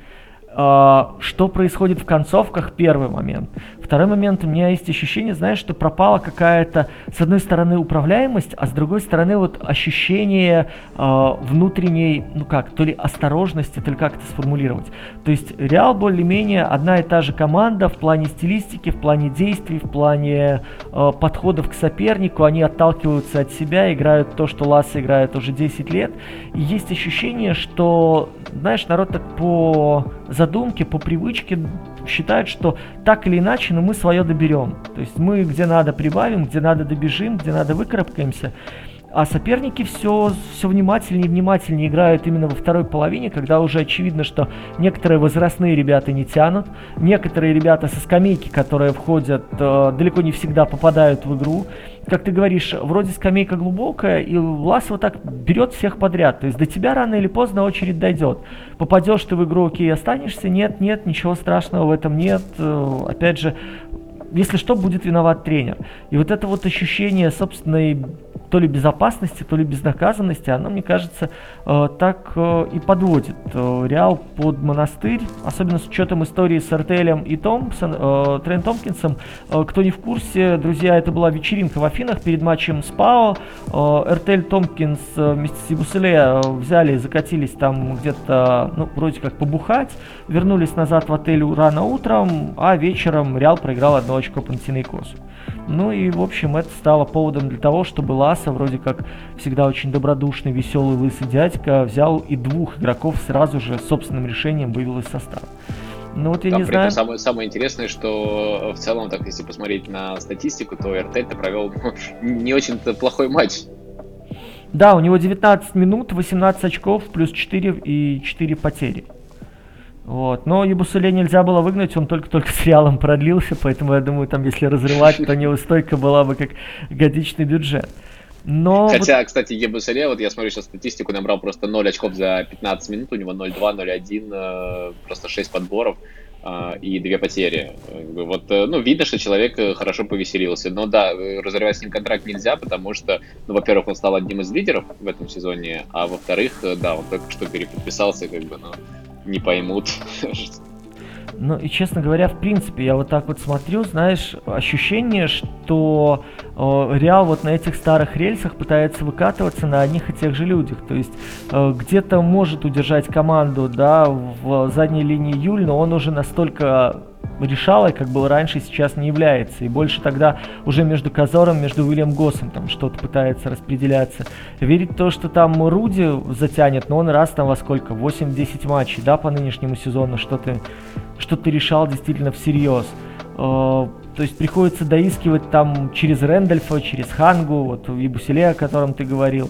Что происходит в концовках, первый момент. Второй момент, у меня есть ощущение, знаешь, что пропала какая-то, с одной стороны, управляемость, а с другой стороны, вот ощущение внутренней, то ли осторожности, то ли как это сформулировать. То есть Реал более-менее одна и та же команда в плане стилистики, в плане действий, в плане подходов к сопернику, они отталкиваются от себя, играют то, что Ласса играет уже 10 лет. И есть ощущение, что, знаешь, народ так по задумке, по привычке считают, что так или иначе, но мы свое доберем. То есть мы где надо прибавим, где надо добежим, где надо выкарабкаемся. А соперники все внимательнее и внимательнее играют именно во второй половине, когда уже очевидно, что некоторые возрастные ребята не тянут, некоторые ребята со скамейки, которые входят, далеко не всегда попадают в игру. Как ты говоришь, вроде скамейка глубокая, и Ласс вот так берет всех подряд. То есть до тебя рано или поздно очередь дойдет. Попадешь ты в игру, окей, останешься, нет, ничего страшного в этом нет. Опять же, если что, будет виноват тренер. И вот это вот ощущение собственной то ли безопасности, то ли безнаказанности, оно, мне кажется, так и подводит Реал под монастырь, особенно с учетом истории с Эртелем и Трейн Томпкинсом. Кто не в курсе, друзья, это была вечеринка в Афинах перед матчем с ПАО. Эртель, Томпкинс вместе с Ебуселе взяли, закатились там где-то, вроде как побухать, вернулись назад в отель рано утром, а вечером Реал проиграл 1 очко Панатинаикосу. И, в общем, это стало поводом для того, чтобы Ласса, вроде как всегда очень добродушный, веселый, лысый дядька, взял и 2 игроков сразу же собственным решением вывел из состава. Я не знаю. Самое интересное, что в целом, так если посмотреть на статистику, то Эртель-то провел не очень-то плохой матч. Да, у него 19 минут, 18 очков, плюс 4 и 4 потери. Но Ебуселе нельзя было выгнать, он только-только с Реалом продлился, поэтому я думаю, там если разрывать, то неустойка была бы как годичный бюджет. Хотя, кстати, Ебуселе, вот я смотрю сейчас статистику, набрал просто 0 очков за 15 минут, у него 0-2, 0-1, просто 6 подборов и 2 потери. Видно, что человек хорошо повеселился. Но да, разрывать с ним контракт нельзя, потому что, во-первых, он стал одним из лидеров в этом сезоне, а во-вторых, да, он только что переподписался, не поймут. И, честно говоря, в принципе, я вот так вот смотрю, знаешь, ощущение, что Реал вот на этих старых рельсах пытается выкатываться на одних и тех же людях. То есть где-то может удержать команду, да, в задней линии Юль, но он уже настолько решалой, как было раньше, сейчас не является. И больше тогда уже между Казором, между Уильям Госсом там что-то пытается распределяться. Верить в то, что там Руди затянет, но он раз там во сколько? 8-10 матчей, да, по нынешнему сезону что-то решал действительно всерьез. То есть приходится доискивать там через Рэндольфа, через Хангу, вот и Буселе, о котором ты говорил.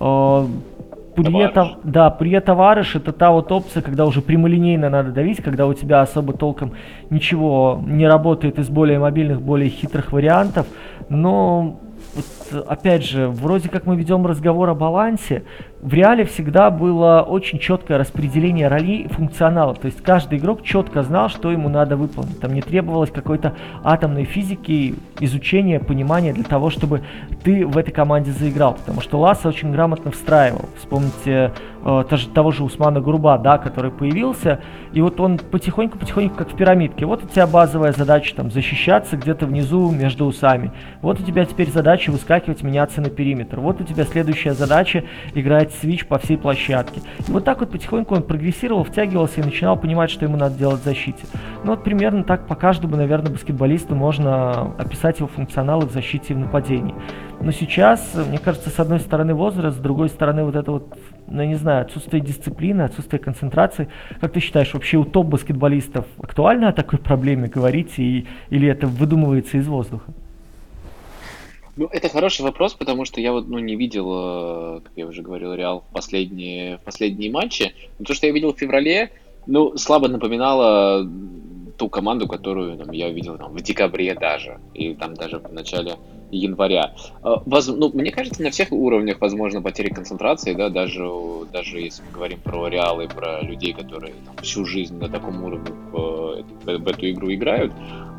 Пурье Товариш это та вот опция, когда уже прямолинейно надо давить, когда у тебя особо толком ничего не работает из более мобильных, более хитрых вариантов. Но вот, опять же, вроде как мы ведем разговор о балансе, в реале всегда было очень четкое распределение ролей и функционалов. То есть каждый игрок четко знал, что ему надо выполнить. Там не требовалось какой-то атомной физики, изучения, понимания для того, чтобы ты в этой команде заиграл. Потому что Ласса очень грамотно встраивал. Вспомните того же Усмана Груба, да, который появился. И вот он потихоньку, как в пирамидке. Вот у тебя базовая задача там защищаться где-то внизу между усами. Вот у тебя теперь задача выскакивать, меняться на периметр. Вот у тебя следующая задача играть свич по всей площадке. И вот так вот потихоньку он прогрессировал, втягивался и начинал понимать, что ему надо делать в защите. Ну вот примерно так по каждому, наверное, баскетболисту можно описать его функционалы в защите и в нападении. Но сейчас, мне кажется, с одной стороны возраст, с другой стороны вот это вот, ну, я не знаю, отсутствие дисциплины, отсутствие концентрации. Как ты считаешь, вообще у топ-баскетболистов актуально о такой проблеме говорить или это выдумывается из воздуха? Ну, это хороший вопрос, потому что я вот, не видел, как я уже говорил, Реал в последние матчи. Но то, что я видел в феврале, слабо напоминало ту команду, которую я видел в декабре даже, и там даже в начале января. Мне кажется, на всех уровнях возможно потери концентрации, да, даже если мы говорим про Реал и про людей, которые всю жизнь на таком уровне в эту игру играют.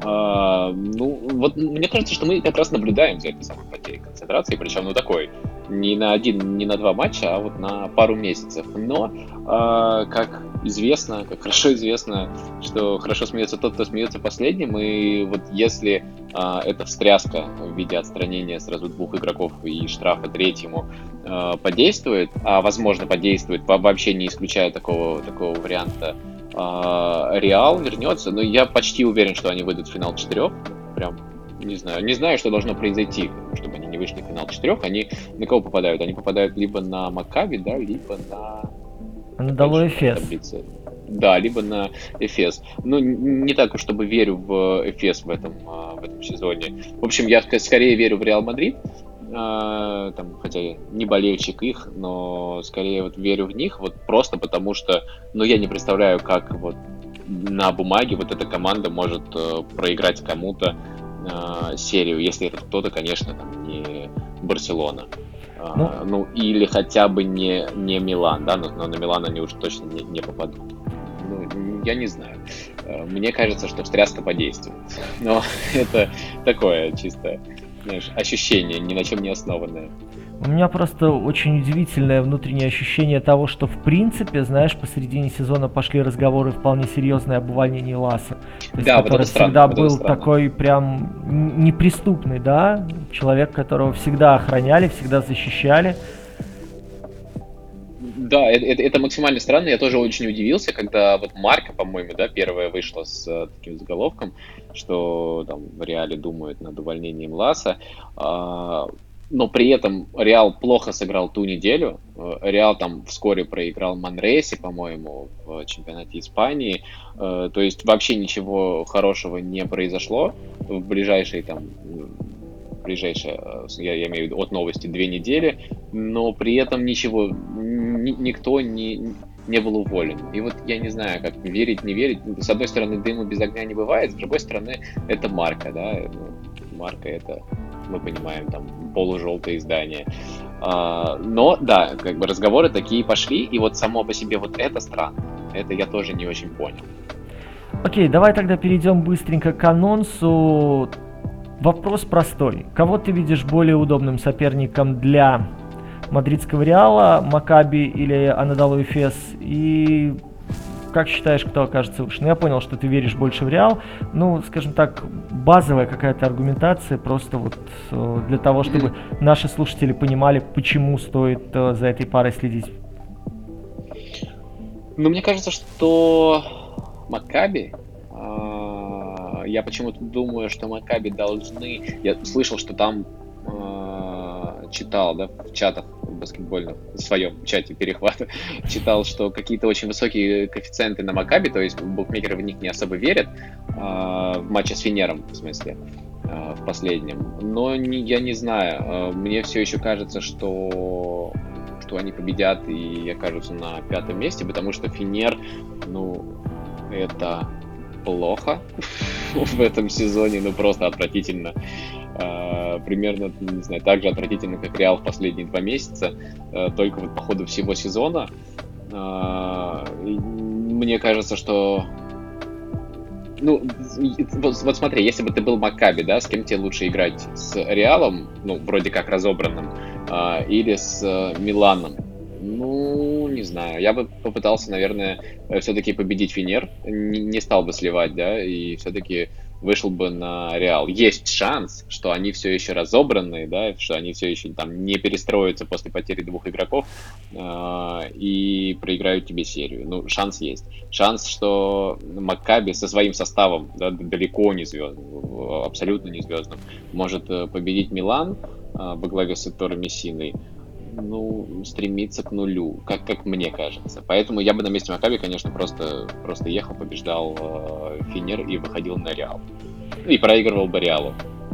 Мне кажется, что мы как раз наблюдаем за этой самой потерей концентрации, причем, такой, не на один, не на два матча, а вот на пару месяцев. Но, как хорошо известно, что хорошо смеется тот, кто смеется последним, и вот если эта встряска в виде отстранения сразу двух игроков и штрафа третьему подействует, а возможно подействует, вообще не исключая такого варианта, Реал вернется, но я почти уверен, что они выйдут в финал 4. Прям не знаю, что должно произойти, чтобы они не вышли в финал 4. Они на кого попадают? Они попадают либо на Маккаби, да, либо на Анадолу Эфес. Да, либо на Эфес. Не так уж, чтобы верю в Эфес в этом сезоне. В общем, я скорее верю в Реал Мадрид. Хотя я не болельщик их, но скорее вот верю в них, вот просто потому что, я не представляю, как вот на бумаге вот эта команда может проиграть кому-то серию, если это кто-то, конечно, не Барселона. Или хотя бы не Милан, да, но на Милан они уж точно не попадут. Я не знаю. Мне кажется, что встряска подействует. Но это такое чисто, ощущение, ни на чем не основанное. У меня просто очень удивительное внутреннее ощущение того, что в принципе, знаешь, посередине сезона пошли разговоры вполне серьезные об увольнении Ласса. Да, который всегда был такой прям неприступный, да, человек, которого всегда охраняли, всегда защищали. Да, это максимально странно. Я тоже очень удивился, когда вот Марка, по-моему, да, первая вышла с таким заголовком, что там в Реале думают над увольнением Ласса. Но при этом Реал плохо сыграл ту неделю. Реал там вскоре проиграл Манресе, по-моему, в чемпионате Испании. То есть вообще ничего хорошего не произошло в ближайшие, я имею в виду от новости 2 недели, но при этом никто не был уволен. И вот я не знаю, как верить, не верить. С одной стороны, дыма без огня не бывает, с другой стороны, это Марка, да. Марка — это, мы понимаем, там полужелтое издание. Но да, разговоры такие пошли, и вот само по себе вот это странно. Это я тоже не очень понял. Окей, давай тогда перейдем быстренько к анонсу. Вопрос простой. Кого ты видишь более удобным соперником для мадридского Реала, Маккаби или Анадолу Эфес? И как считаешь, кто окажется выше? Я понял, что ты веришь больше в Реал. Скажем так, базовая какая-то аргументация, просто вот для того, чтобы наши слушатели понимали, почему стоит за этой парой следить. Мне кажется, что Маккаби Я почему-то думаю, что Макаби должны... Я слышал, что там читал, да, в чатах баскетбольных, в своем чате перехвата, читал, что какие-то очень высокие коэффициенты на Макаби, то есть букмекеры в них не особо верят, в матче с Фенером, в смысле, в последнем. Но я не знаю, мне все еще кажется, что они победят и окажутся на 5-м месте, потому что Фенер, это плохо в этом сезоне, просто отвратительно. Примерно, не знаю, так же отвратительно, как Реал в последние 2 месяца, только вот по ходу всего сезона. Мне кажется, что... вот смотри, если бы ты был Макаби, да, с кем тебе лучше играть? С Реалом, вроде как разобранным, или с Миланом? Не знаю. Я бы попытался, наверное, все-таки победить Фенер, не стал бы сливать, да, и все-таки вышел бы на Реал. Есть шанс, что они все еще разобранные, да, что они все еще там не перестроятся после потери 2 игроков и проиграют тебе серию. Шанс есть. Шанс, что Маккаби со своим составом, да, далеко не звездным, абсолютно не звездным, может победить Милан во главе с Этторо Мессиной, стремиться к нулю, как мне кажется. Поэтому я бы на месте Макаби, конечно, просто ехал, побеждал Фенер и выходил на Реал. И проигрывал бы Реалу.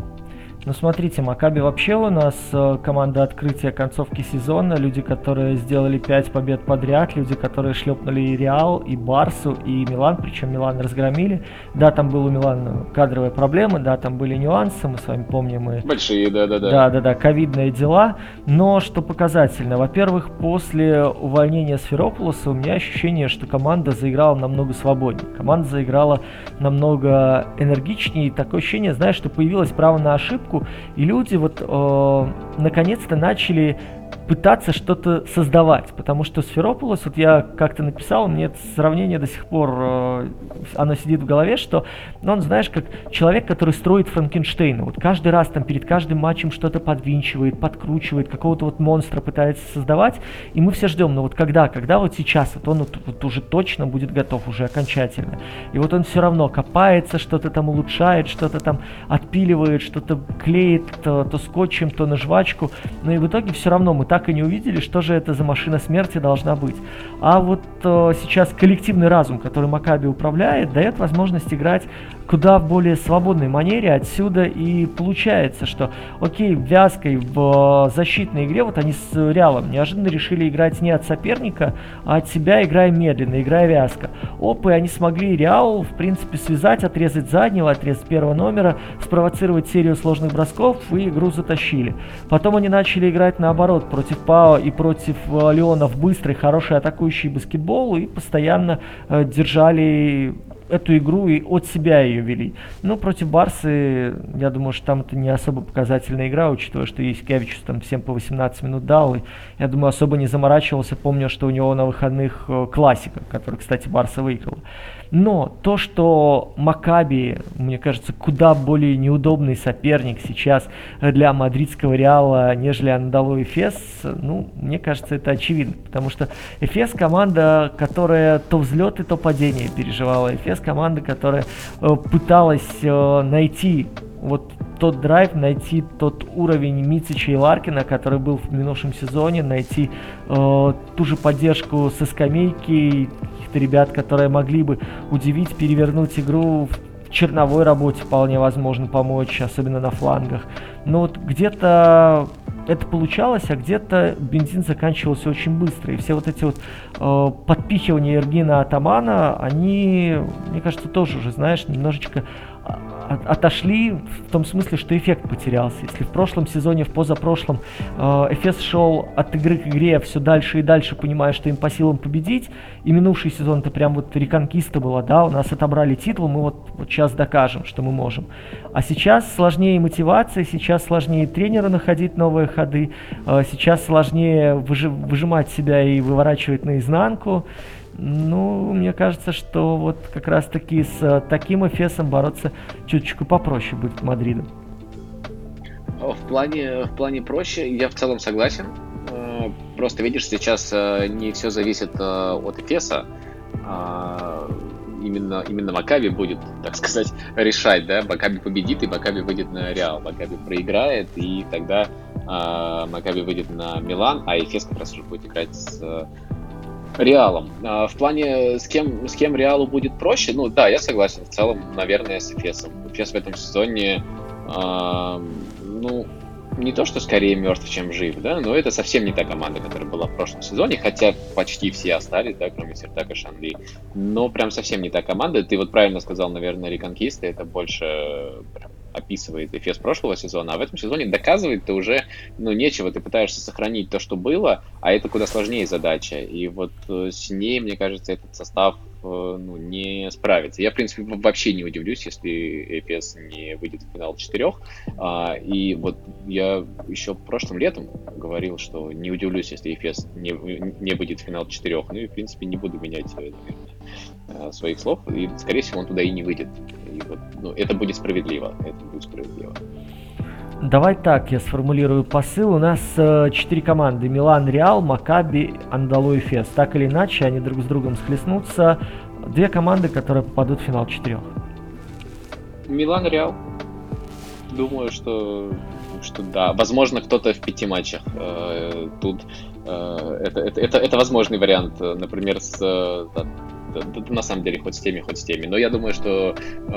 Смотрите, Макаби вообще у нас команда открытия концовки сезона, люди, которые сделали 5 побед подряд, люди, которые шлепнули и Реал, и Барсу, и Милан, причем Милан разгромили. Да, там был у Милана кадровые проблемы, да, там были нюансы, мы с вами помним. Большие, да. Да, ковидные дела, но что показательно, во-первых, после увольнения Сферопулоса у меня ощущение, что команда заиграла намного свободнее, команда заиграла намного энергичнее, и такое ощущение, знаешь, что появилось право на ошибку, и люди наконец-то начали пытаться что-то создавать, потому что Сферопулос, я как-то написал, мне это сравнение до сих пор, оно сидит в голове, что он, знаешь, как человек, который строит Франкенштейна, каждый раз там перед каждым матчем что-то подвинчивает, подкручивает, какого-то монстра пытается создавать, и мы все ждем, когда сейчас, он уже точно будет готов, уже окончательно, и он все равно копается, что-то там улучшает, что-то там отпиливает, что-то клеит, то скотчем, то на жвачку, и в итоге все равно мы так и не увидели, что же это за машина смерти должна быть. А сейчас коллективный разум, который Макаби управляет, дает возможность играть куда в более свободной манере. Отсюда и получается, что вязкой в защитной игре, они с Реалом неожиданно решили играть не от соперника, а от себя, играя медленно, играя вязко. И они смогли Реал, в принципе, связать, отрезать заднего, отрезать первого номера, спровоцировать серию сложных бросков, и игру затащили. Потом они начали играть наоборот, против ПАО и против Лиона в быстрый, хороший атакующий баскетбол, и постоянно держали эту игру и от себя ее вели. Против Барсы, я думаю, что там это не особо показательная игра, учитывая, что Яскевичус там всем по 18 минут дал, и я думаю, особо не заморачивался. Помню, что у него на выходных классика, который, кстати, Барса выиграла. Но то, что Макаби, мне кажется, куда более неудобный соперник сейчас для мадридского Реала, нежели Анадолу Эфес, мне кажется, это очевидно. Потому что Эфес команда, которая то взлеты, то падения переживала. Эфес команда, которая пыталась найти тот драйв, найти тот уровень Мицича и Ларкина, который был в минувшем сезоне, найти ту же поддержку со скамейки, каких-то ребят, которые могли бы удивить, перевернуть игру в черновой работе, вполне возможно помочь, особенно на флангах. Но где-то это получалось, а где-то бензин заканчивался очень быстро. И все эти подпихивания Эргина Атамана, они, мне кажется, тоже уже, знаешь, немножечко отошли в том смысле, что эффект потерялся. Если в прошлом сезоне, в позапрошлом Эфес шел от игры к игре все дальше и дальше, понимая, что им по силам победить, и минувший сезон это прям реконкиста была, да, у нас отобрали титул, мы сейчас докажем, что мы можем. А сейчас сложнее мотивация, сейчас сложнее тренеру находить новые ходы, сейчас сложнее выжимать себя и выворачивать наизнанку. Мне кажется, что как раз-таки с таким Эфесом бороться чуточку попроще будет Мадриду. В плане проще, я в целом согласен. Просто видишь, сейчас не все зависит от Эфеса. именно Макаби будет, так сказать, решать, да, Макаби победит, и Макаби выйдет на Реал, Макаби проиграет, и тогда Макаби выйдет на Милан, а Эфес как раз уже будет играть с Реалом. В плане, с кем Реалу будет проще, ну да, я согласен, в целом, наверное, с Эфесом. Эфес в этом сезоне, ну, не то, что скорее мертв, чем жив, да, но это совсем не та команда, которая была в прошлом сезоне, хотя почти все остались, да, кроме Сертака, Шанли, но прям совсем не та команда. Ты вот правильно сказал, наверное, Реконкиста, это больше прям описывает Эфес прошлого сезона, а в этом сезоне доказывает-то уже, ну, нечего, ты пытаешься сохранить то, что было, а это куда сложнее задача, и вот с ней, мне кажется, этот состав ну, не справится. Я, в принципе, вообще не удивлюсь, если Эфес не выйдет в финал 4. И вот я еще прошлым летом говорил, что не удивлюсь, если Эфес не выйдет в финал 4. Ну и, в принципе, не буду менять, наверное, своих слов. И, скорее всего, он туда и не выйдет. И вот, ну, это будет справедливо. Это будет справедливо. Давай так, я сформулирую посыл. У нас 4 команды. Милан, Реал, Макаби, Андалу, Эфес. Так или иначе, они друг с другом схлестнутся. 2 команды, которые попадут в финал 4. Милан, Реал. Думаю, что да. Возможно, кто-то в 5 матчах. Тут это возможный вариант. Например, на самом деле, хоть с теми. Но я думаю, что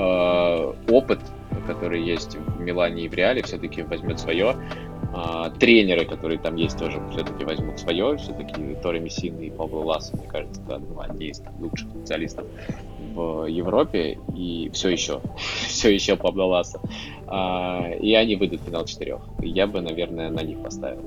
опыт, который есть в Милане и в Реале, все-таки возьмет свое. Тренеры, которые там есть, тоже все-таки возьмут свое. Все-таки Торе Мессина и Пабло Лассо, мне кажется, одни из лучших специалистов в Европе. И все еще Пабло Лассо. И они выйдут в финал 4. Я бы, наверное, на них поставил.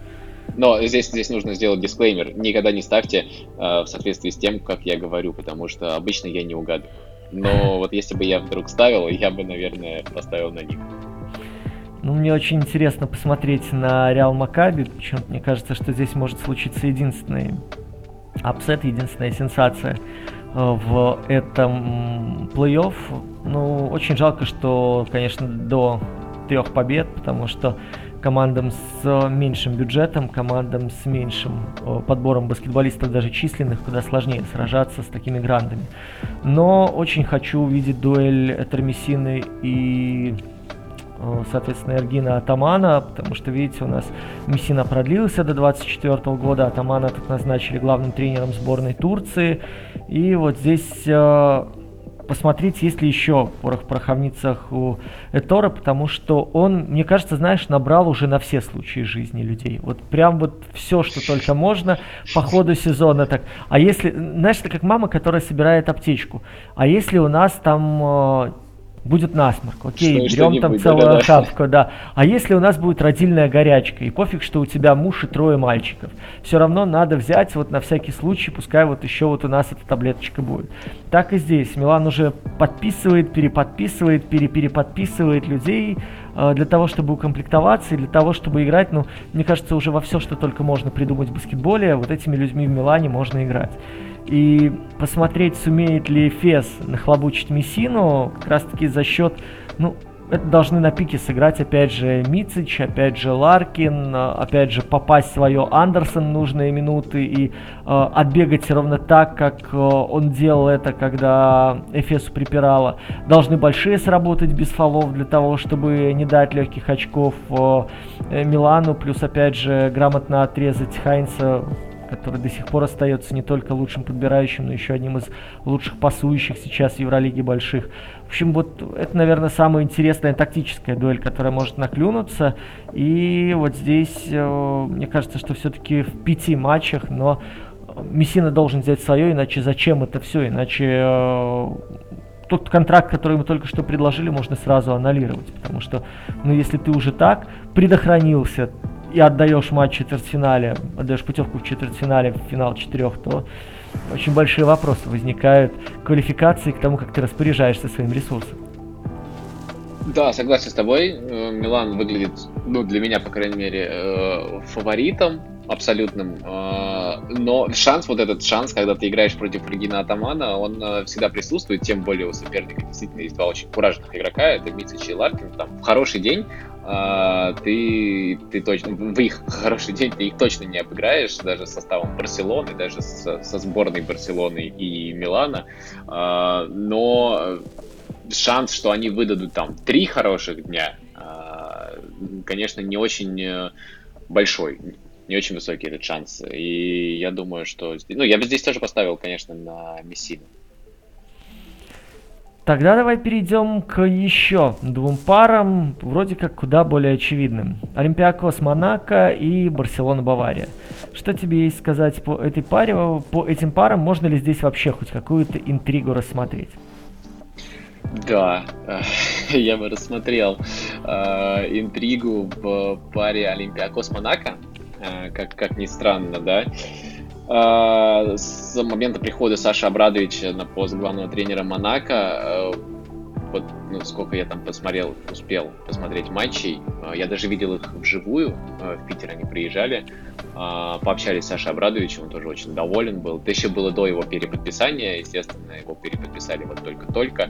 Но здесь нужно сделать дисклеймер. Никогда не ставьте в соответствии с тем, как я говорю, потому что обычно я не угадываю. Но вот если бы я вдруг ставил, я бы, наверное, поставил на них. Ну, мне очень интересно посмотреть на Реал Макаби. Почему-то мне кажется, что здесь может случиться единственный апсет, единственная сенсация в этом плей-офф. Ну, очень жалко, что, конечно, до 3 побед, потому что командам с меньшим бюджетом, командам с меньшим подбором баскетболистов, даже численных, куда сложнее сражаться с такими грандами. Но очень хочу увидеть дуэль Термесины и, соответственно, Эргина Атамана, потому что, видите, у нас Мессина продлился до 2024 года, Атамана тут назначили главным тренером сборной Турции. И вот здесь посмотреть, есть ли еще порох в пороховницах у Этора, потому что он, мне кажется, знаешь, набрал уже на все случаи жизни людей. Вот прям вот все, что только можно по ходу сезона. Так. А если, знаешь, это как мама, которая собирает аптечку. А если у нас там будет насморк, окей, берем там целую охапку, да. А если у нас будет родильная горячка, и пофиг, что у тебя муж и 3 мальчиков, все равно надо взять вот на всякий случай, пускай вот еще вот у нас эта таблеточка будет. Так и здесь. Милан уже подписывает, переподписывает, переподписывает людей для того, чтобы укомплектоваться и для того, чтобы играть, ну, мне кажется, уже во все, что только можно придумать в баскетболе, вот этими людьми в Милане можно играть. И посмотреть, сумеет ли Эфес нахлобучить Мессину, как раз таки за счет, ну, это должны на пике сыграть, опять же, Мицич, опять же, Ларкин, опять же, попасть в свое Андерсон нужные минуты и отбегать ровно так, как он делал это, когда Эфесу припирало. Должны большие сработать без фолов для того, чтобы не дать легких очков Милану, плюс, опять же, грамотно отрезать Хайнса, который до сих пор остается не только лучшим подбирающим, но еще одним из лучших пасующих сейчас в Евролиге больших. В общем, вот это, наверное, самая интересная тактическая дуэль, которая может наклюнуться. И вот здесь, мне кажется, что все-таки в 5 матчах, но Мессина должен взять свое, иначе зачем это все? Иначе тот контракт, который мы только что предложили, можно сразу аннулировать. Потому что, ну, если ты уже так предохранился и отдаешь матч в четвертьфинале, отдаешь путевку в четвертьфинале в финал 4, то очень большие вопросы возникают к квалификации, к тому, как ты распоряжаешься своим ресурсом. Да, согласен с тобой. Милан выглядит, ну, для меня, по крайней мере, фаворитом абсолютным. Но шанс, вот этот шанс, когда ты играешь против Эргина Атамана, он всегда присутствует, тем более у соперника действительно есть 2 очень куражных игрока, это Мицич и Ларкин. Там в хороший день ты точно, в их хороший день ты их точно не обыграешь, даже с составом Барселоны, даже со сборной Барселоны и Милана. Но шанс, что они выдадут там 3 хороших дня, конечно, не очень большой, не очень высокий этот шанс. И я думаю, что... Ну, я бы здесь тоже поставил, конечно, на Мессину. Тогда давай перейдем к еще двум парам, вроде как куда более очевидным. Олимпиакос Монако и Барселона Бавария. Что тебе есть сказать по этой паре, по этим парам? Можно ли здесь вообще хоть какую-то интригу рассмотреть? Да, я бы рассмотрел интригу в паре Олимпиакос-Монако, как ни странно, да. С момента прихода Саши Обрадовича на пост главного тренера Монако, вот, ну, сколько я там успел посмотреть матчей, я даже видел их вживую, в Питер они приезжали, пообщались с Сашей Обрадовичем, он тоже очень доволен был. Это еще было до его переподписания, естественно, его переподписали вот только-только.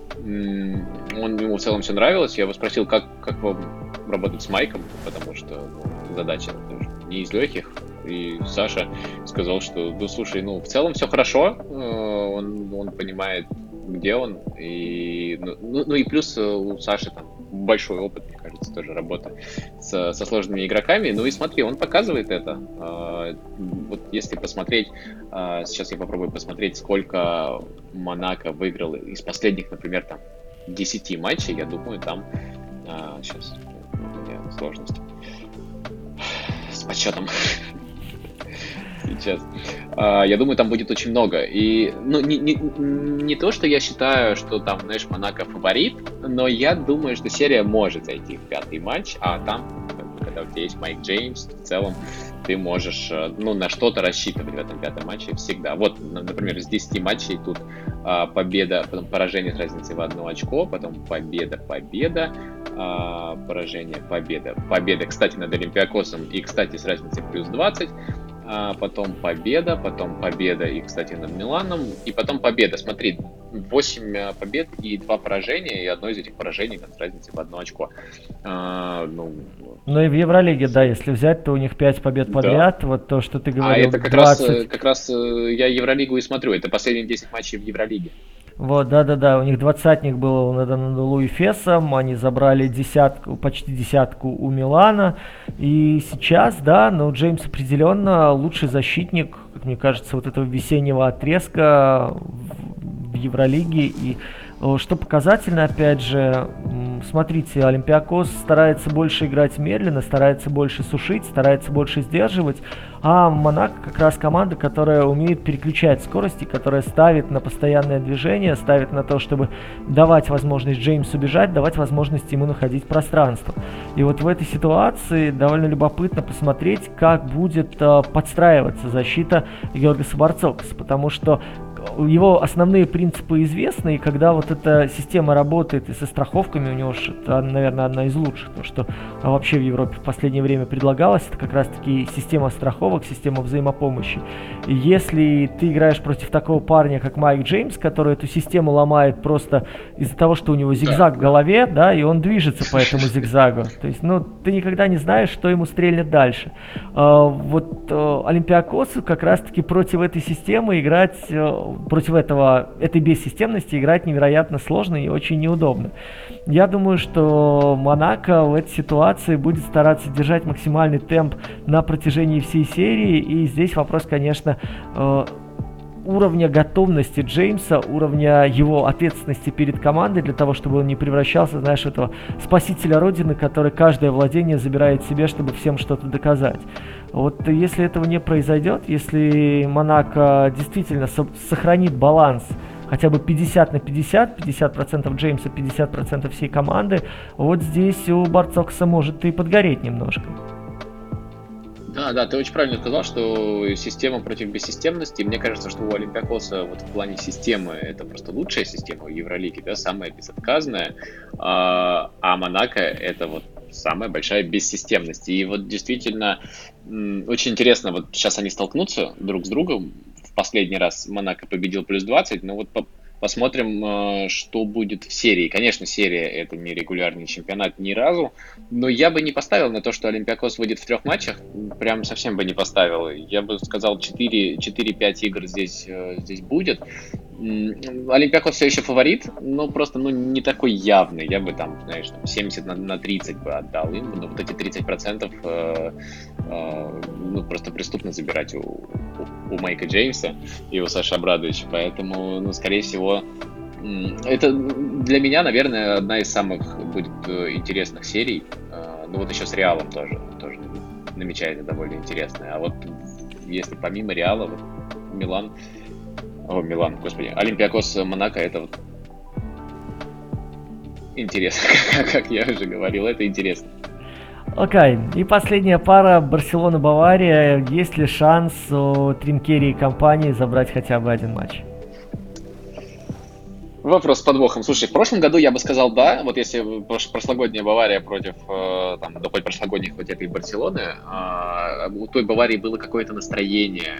Ему в целом все нравилось, я его спросил, как вам работать с Майком, потому что задача тоже не из легких. И Саша сказал, что, ну, слушай, ну, в целом все хорошо, он понимает, где он, и, ну и плюс у Саши там большой опыт, мне кажется, тоже работа со сложными игроками. Ну и смотри, он показывает это. Вот если посмотреть, сейчас я попробую посмотреть, сколько Монако выиграл из последних, например, там 10 матчей, я думаю, там сейчас у меня сложности с подсчетом. Сейчас. Я думаю, там будет очень много. И, ну, не то, что я считаю, что там, знаешь, Монако фаворит, но я думаю, что серия может зайти в 5-й матч, а там, когда у тебя есть Майк Джеймс, в целом ты можешь, ну, на что-то рассчитывать в этом 5-м матче всегда. Вот, например, из 10 матчей тут победа, потом поражение с разницей в 1 очко, потом победа, поражение, победа, кстати, над Олимпиакосом и, кстати, с разницей плюс 20. Потом победа и, кстати, над Миланом, и потом победа. Смотри, 8 побед и 2 поражения, и одно из этих поражений с разницей в 1 очко. Ну и в Евролиге, да, если взять, то у них 5 побед подряд, да. Вот то, что ты говорил. А это как 20... раз я Евролигу и смотрю, это последние 10 матчей в Евролиге. Вот, да, у них 20-ник был над Анадолу Эфесом, они забрали почти десятку у Милана, и сейчас, да, но Джеймс определенно лучший защитник, как мне кажется, вот этого весеннего отрезка в Евролиге, и что показательно, опять же, смотрите, Олимпиакос старается больше играть медленно, старается больше сушить, старается больше сдерживать, а Монако как раз команда, которая умеет переключать скорости, которая ставит на постоянное движение, ставит на то, чтобы давать возможность Джеймсу бежать, давать возможность ему находить пространство. И вот в этой ситуации довольно любопытно посмотреть, как будет подстраиваться защита Георгаса Барцокаса, потому что его основные принципы известны, и когда вот эта система работает и со страховками, у него же это, наверное, одна из лучших, то, что вообще в Европе в последнее время предлагалось, это как раз-таки система страховок, система взаимопомощи. И если ты играешь против такого парня, как Майк Джеймс, который эту систему ломает просто из-за того, что у него зигзаг в голове, да, и он движется по этому зигзагу, то есть, ну, ты никогда не знаешь, что ему стрельнет дальше. Вот Олимпиакосу как раз-таки против этой системы играть, против этой бессистемности играть невероятно сложно и очень неудобно. Я думаю, что Монако в этой ситуации будет стараться держать максимальный темп на протяжении всей серии, и здесь вопрос, конечно, уровня готовности Джеймса, уровня его ответственности перед командой для того, чтобы он не превращался, знаешь, в этого спасителя Родины, который каждое владение забирает себе, чтобы всем что-то доказать. Вот если этого не произойдет, если Монако действительно сохранит баланс хотя бы 50 на 50, 50% Джеймса, 50% всей команды, вот здесь у Барцокаса может и подгореть немножко. Да, ты очень правильно сказал, что система против бессистемности. Мне кажется, что у Олимпиакоса вот в плане системы это просто лучшая система в Евролиге, да, самая безотказная, а Монако это вот самая большая бессистемность. И вот действительно очень интересно, вот сейчас они столкнутся друг с другом. В последний раз Монако победил плюс 20, но вот Посмотрим, что будет в серии. Конечно, серия это не регулярный чемпионат ни разу, но я бы не поставил на то, что Олимпиакос выйдет в 3 матчах. Прям совсем бы не поставил. Я бы сказал, 4-5 игр здесь будет. Олимпиакос все еще фаворит, но просто не такой явный. Я бы там, знаешь, 70 на 30 бы отдал им, но вот эти 30% просто преступно забирать у Майка Джеймса и у Саши Абрадовича. Поэтому, скорее всего, это для меня, наверное, одна из самых будет интересных серий. Вот еще с Реалом тоже намечается довольно интересная. А вот если помимо Реала, вот Милан, господи, Олимпиакос Монако, это вот интересно, как я уже говорил, это интересно. Окей, и последняя пара Барселона-Бавария. Есть ли шанс у Тринкери и компании забрать хотя бы один матч? Вопрос с подвохом. Слушай, в прошлом году я бы сказал да. Вот если прошлогодняя Бавария против, хоть прошлогодних хоть этой Барселоны, у той Баварии было какое-то настроение,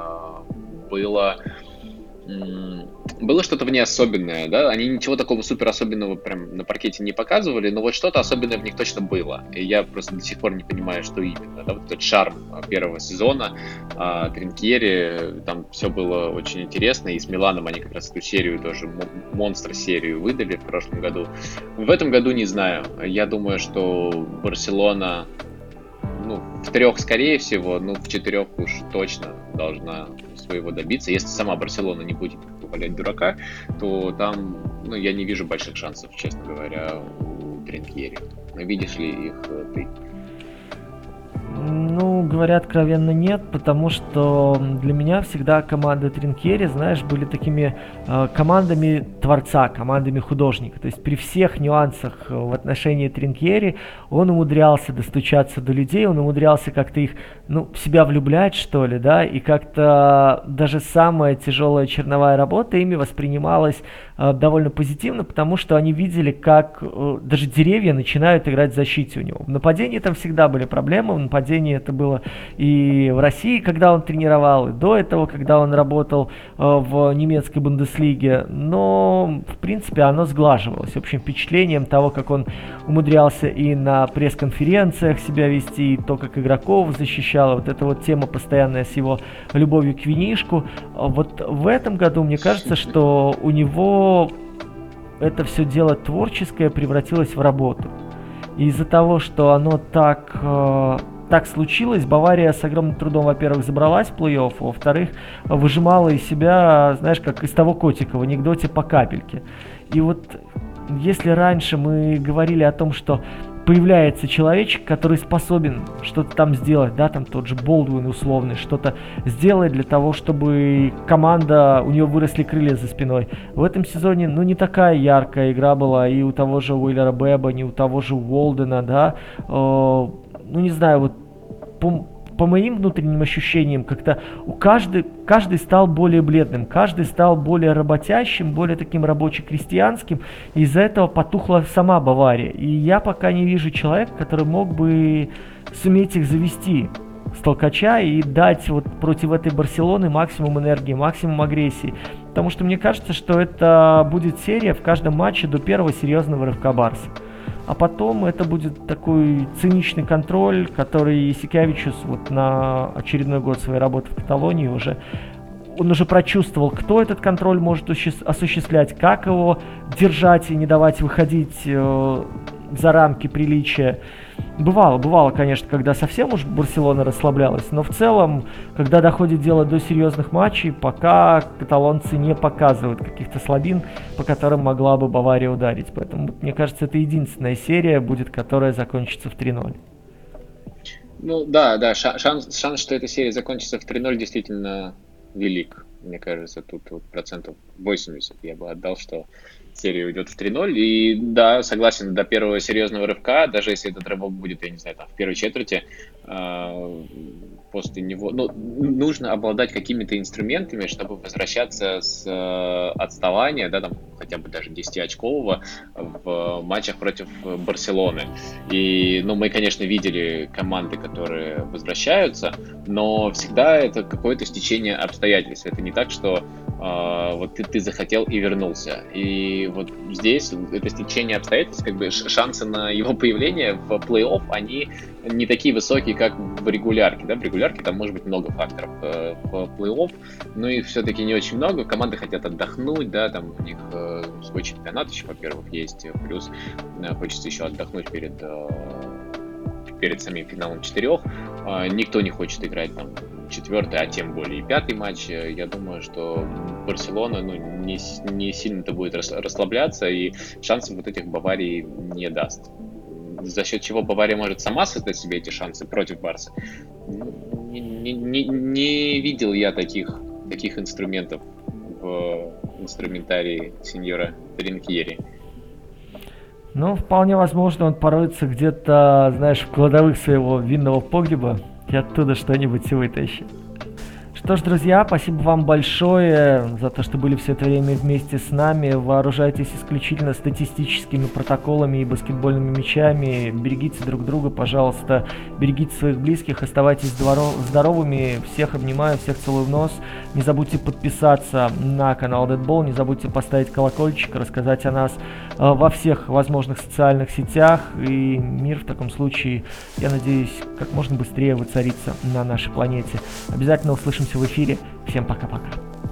было что-то в ней особенное, да, они ничего такого супер особенного прям на паркете не показывали, но вот что-то особенное в них точно было, и я просто до сих пор не понимаю, что именно, да, вот этот шарм первого сезона, Тринкьери, там все было очень интересно, и с Миланом они как раз эту серию тоже, монстр-серию выдали в прошлом году. В этом году не знаю, я думаю, что Барселона, в 3 скорее всего, в 4 уж точно должна своего добиться. Если сама Барселона не будет валять дурака, то там, я не вижу больших шансов, честно говоря, у Тринкьери. Видишь ли их ты? Говоря откровенно, нет, потому что для меня всегда команды Тринкьери, знаешь, были такими командами творца, командами художника. То есть при всех нюансах в отношении Тринкьери он умудрялся достучаться до людей, он умудрялся как-то их, в себя влюблять, что ли, да, и как-то даже самая тяжелая черновая работа ими воспринималась довольно позитивно, потому что они видели, как даже деревья начинают играть в защите у него. В нападении там всегда были проблемы, в нападении это было и в России, когда он тренировал, и до этого, когда он работал в немецкой Бундеслиге, но в принципе оно сглаживалось общим впечатлением того, как он умудрялся и на пресс-конференциях себя вести, и то, как игроков защищал, вот эта вот тема постоянная с его любовью к винишку. Вот в этом году мне кажется, что у него это все дело творческое превратилось в работу. И из-за того, что оно так случилось, Бавария с огромным трудом, во-первых, забралась в плей-офф, а во-вторых, выжимала из себя, знаешь, как из того котика в анекдоте по капельке. И вот если раньше мы говорили о том, что появляется человечек, который способен что-то там сделать, да, там тот же Болдуин условный, что-то сделать для того, чтобы команда, у нее выросли крылья за спиной. В этом сезоне, не такая яркая игра была и у того же Уиллера Беба, не у того же Уолдена, да, не знаю, вот по моим внутренним ощущениям, как-то каждый стал более бледным, каждый стал более работящим, более таким рабоче-крестьянским, и из-за этого потухла сама Бавария. И я пока не вижу человека, который мог бы суметь их завести с толкача и дать вот против этой Барселоны максимум энергии, максимум агрессии. Потому что мне кажется, что это будет серия в каждом матче до первого серьезного рывка Барса. А потом это будет такой циничный контроль, который Ясикевичус вот на очередной год своей работы в Каталонии он уже прочувствовал, кто этот контроль может осуществлять, как его держать и не давать выходить за рамки приличия. Бывало, конечно, когда совсем уж Барселона расслаблялась, но в целом, когда доходит дело до серьезных матчей, пока каталонцы не показывают каких-то слабин, по которым могла бы Бавария ударить. Поэтому, мне кажется, это единственная серия будет, которая закончится в 3-0. Да, шанс, что эта серия закончится в 3-0 действительно велик. Мне кажется, тут вот 80% я бы отдал, что серия уйдет в 3-0. И да, согласен, до первого серьезного рывка, даже если этот рывок будет, я не знаю, в первой четверти, после него, нужно обладать какими-то инструментами, чтобы возвращаться с отставания, да, там хотя бы даже 10-очкового в матчах против Барселоны. И, мы, конечно, видели команды, которые возвращаются, но всегда это какое-то стечение обстоятельств. Это не так, что вот ты захотел и вернулся. И вот здесь это стечение обстоятельств, как бы шансы на его появление в плей-офф, они не такие высокие, как в регулярке. Да? В регулярке там может быть много факторов. В плей-офф, ну их все-таки не очень много. Команды хотят отдохнуть, да, там у них свой чемпионат еще, во-первых, есть, плюс хочется еще отдохнуть перед самим финалом 4. Никто не хочет играть там 4, а тем более и 5 матч. Я думаю, что Барселона не сильно-то будет расслабляться, и шансов вот этих Баварии не даст. За счет чего Бавария может сама создать себе эти шансы против Барсы. Не видел я таких инструментов в инструментарии сеньора Тринкьери. Ну, вполне возможно, он пороется где-то, знаешь, в кладовых своего винного погреба и оттуда что-нибудь и вытащит. Что ж, друзья, спасибо вам большое за то, что были все это время вместе с нами. Вооружайтесь исключительно статистическими протоколами и баскетбольными мячами. Берегите друг друга, пожалуйста. Берегите своих близких, оставайтесь здоровыми. Всех обнимаю, всех целую в нос. Не забудьте подписаться на канал Deadball, не забудьте поставить колокольчик, рассказать о нас во всех возможных социальных сетях. И мир в таком случае, я надеюсь, как можно быстрее воцарится на нашей планете. Обязательно услышимся в эфире. Всем пока-пока.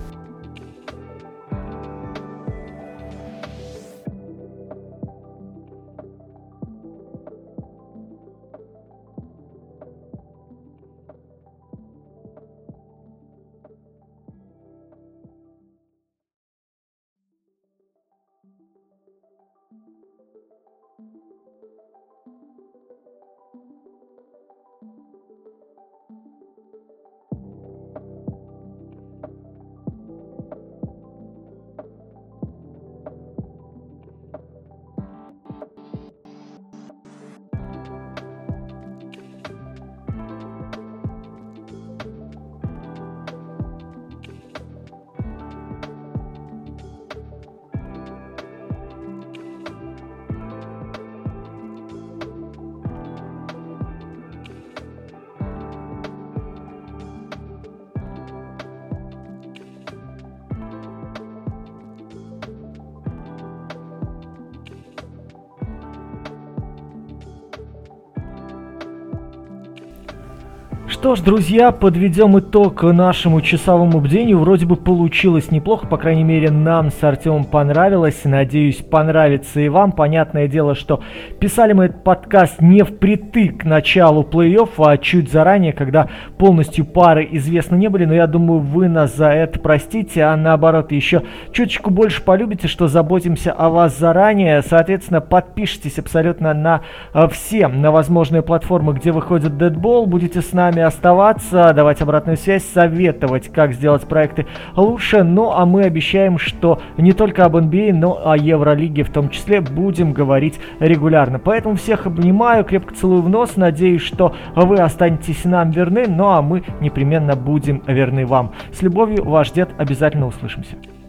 Что ж, друзья, подведем итог нашему часовому бдению. Вроде бы получилось неплохо, по крайней мере, нам с Артемом понравилось. Надеюсь, понравится и вам. Понятное дело, что писали мы этот подкаст не впритык к началу плей-офф, а чуть заранее, когда полностью пары известны не были. Но я думаю, вы нас за это простите, а наоборот, еще чуточку больше полюбите, что заботимся о вас заранее. Соответственно, подпишитесь абсолютно на все на возможные платформы, где выходит Deadball. Будете с нами оставаться, давать обратную связь, советовать, как сделать проекты лучше. Ну, а мы обещаем, что не только об NBA, но о Евролиге в том числе будем говорить регулярно. Поэтому всех обнимаю, крепко целую в нос. Надеюсь, что вы останетесь нам верны, ну а мы непременно будем верны вам. С любовью, ваш дед. Обязательно услышимся.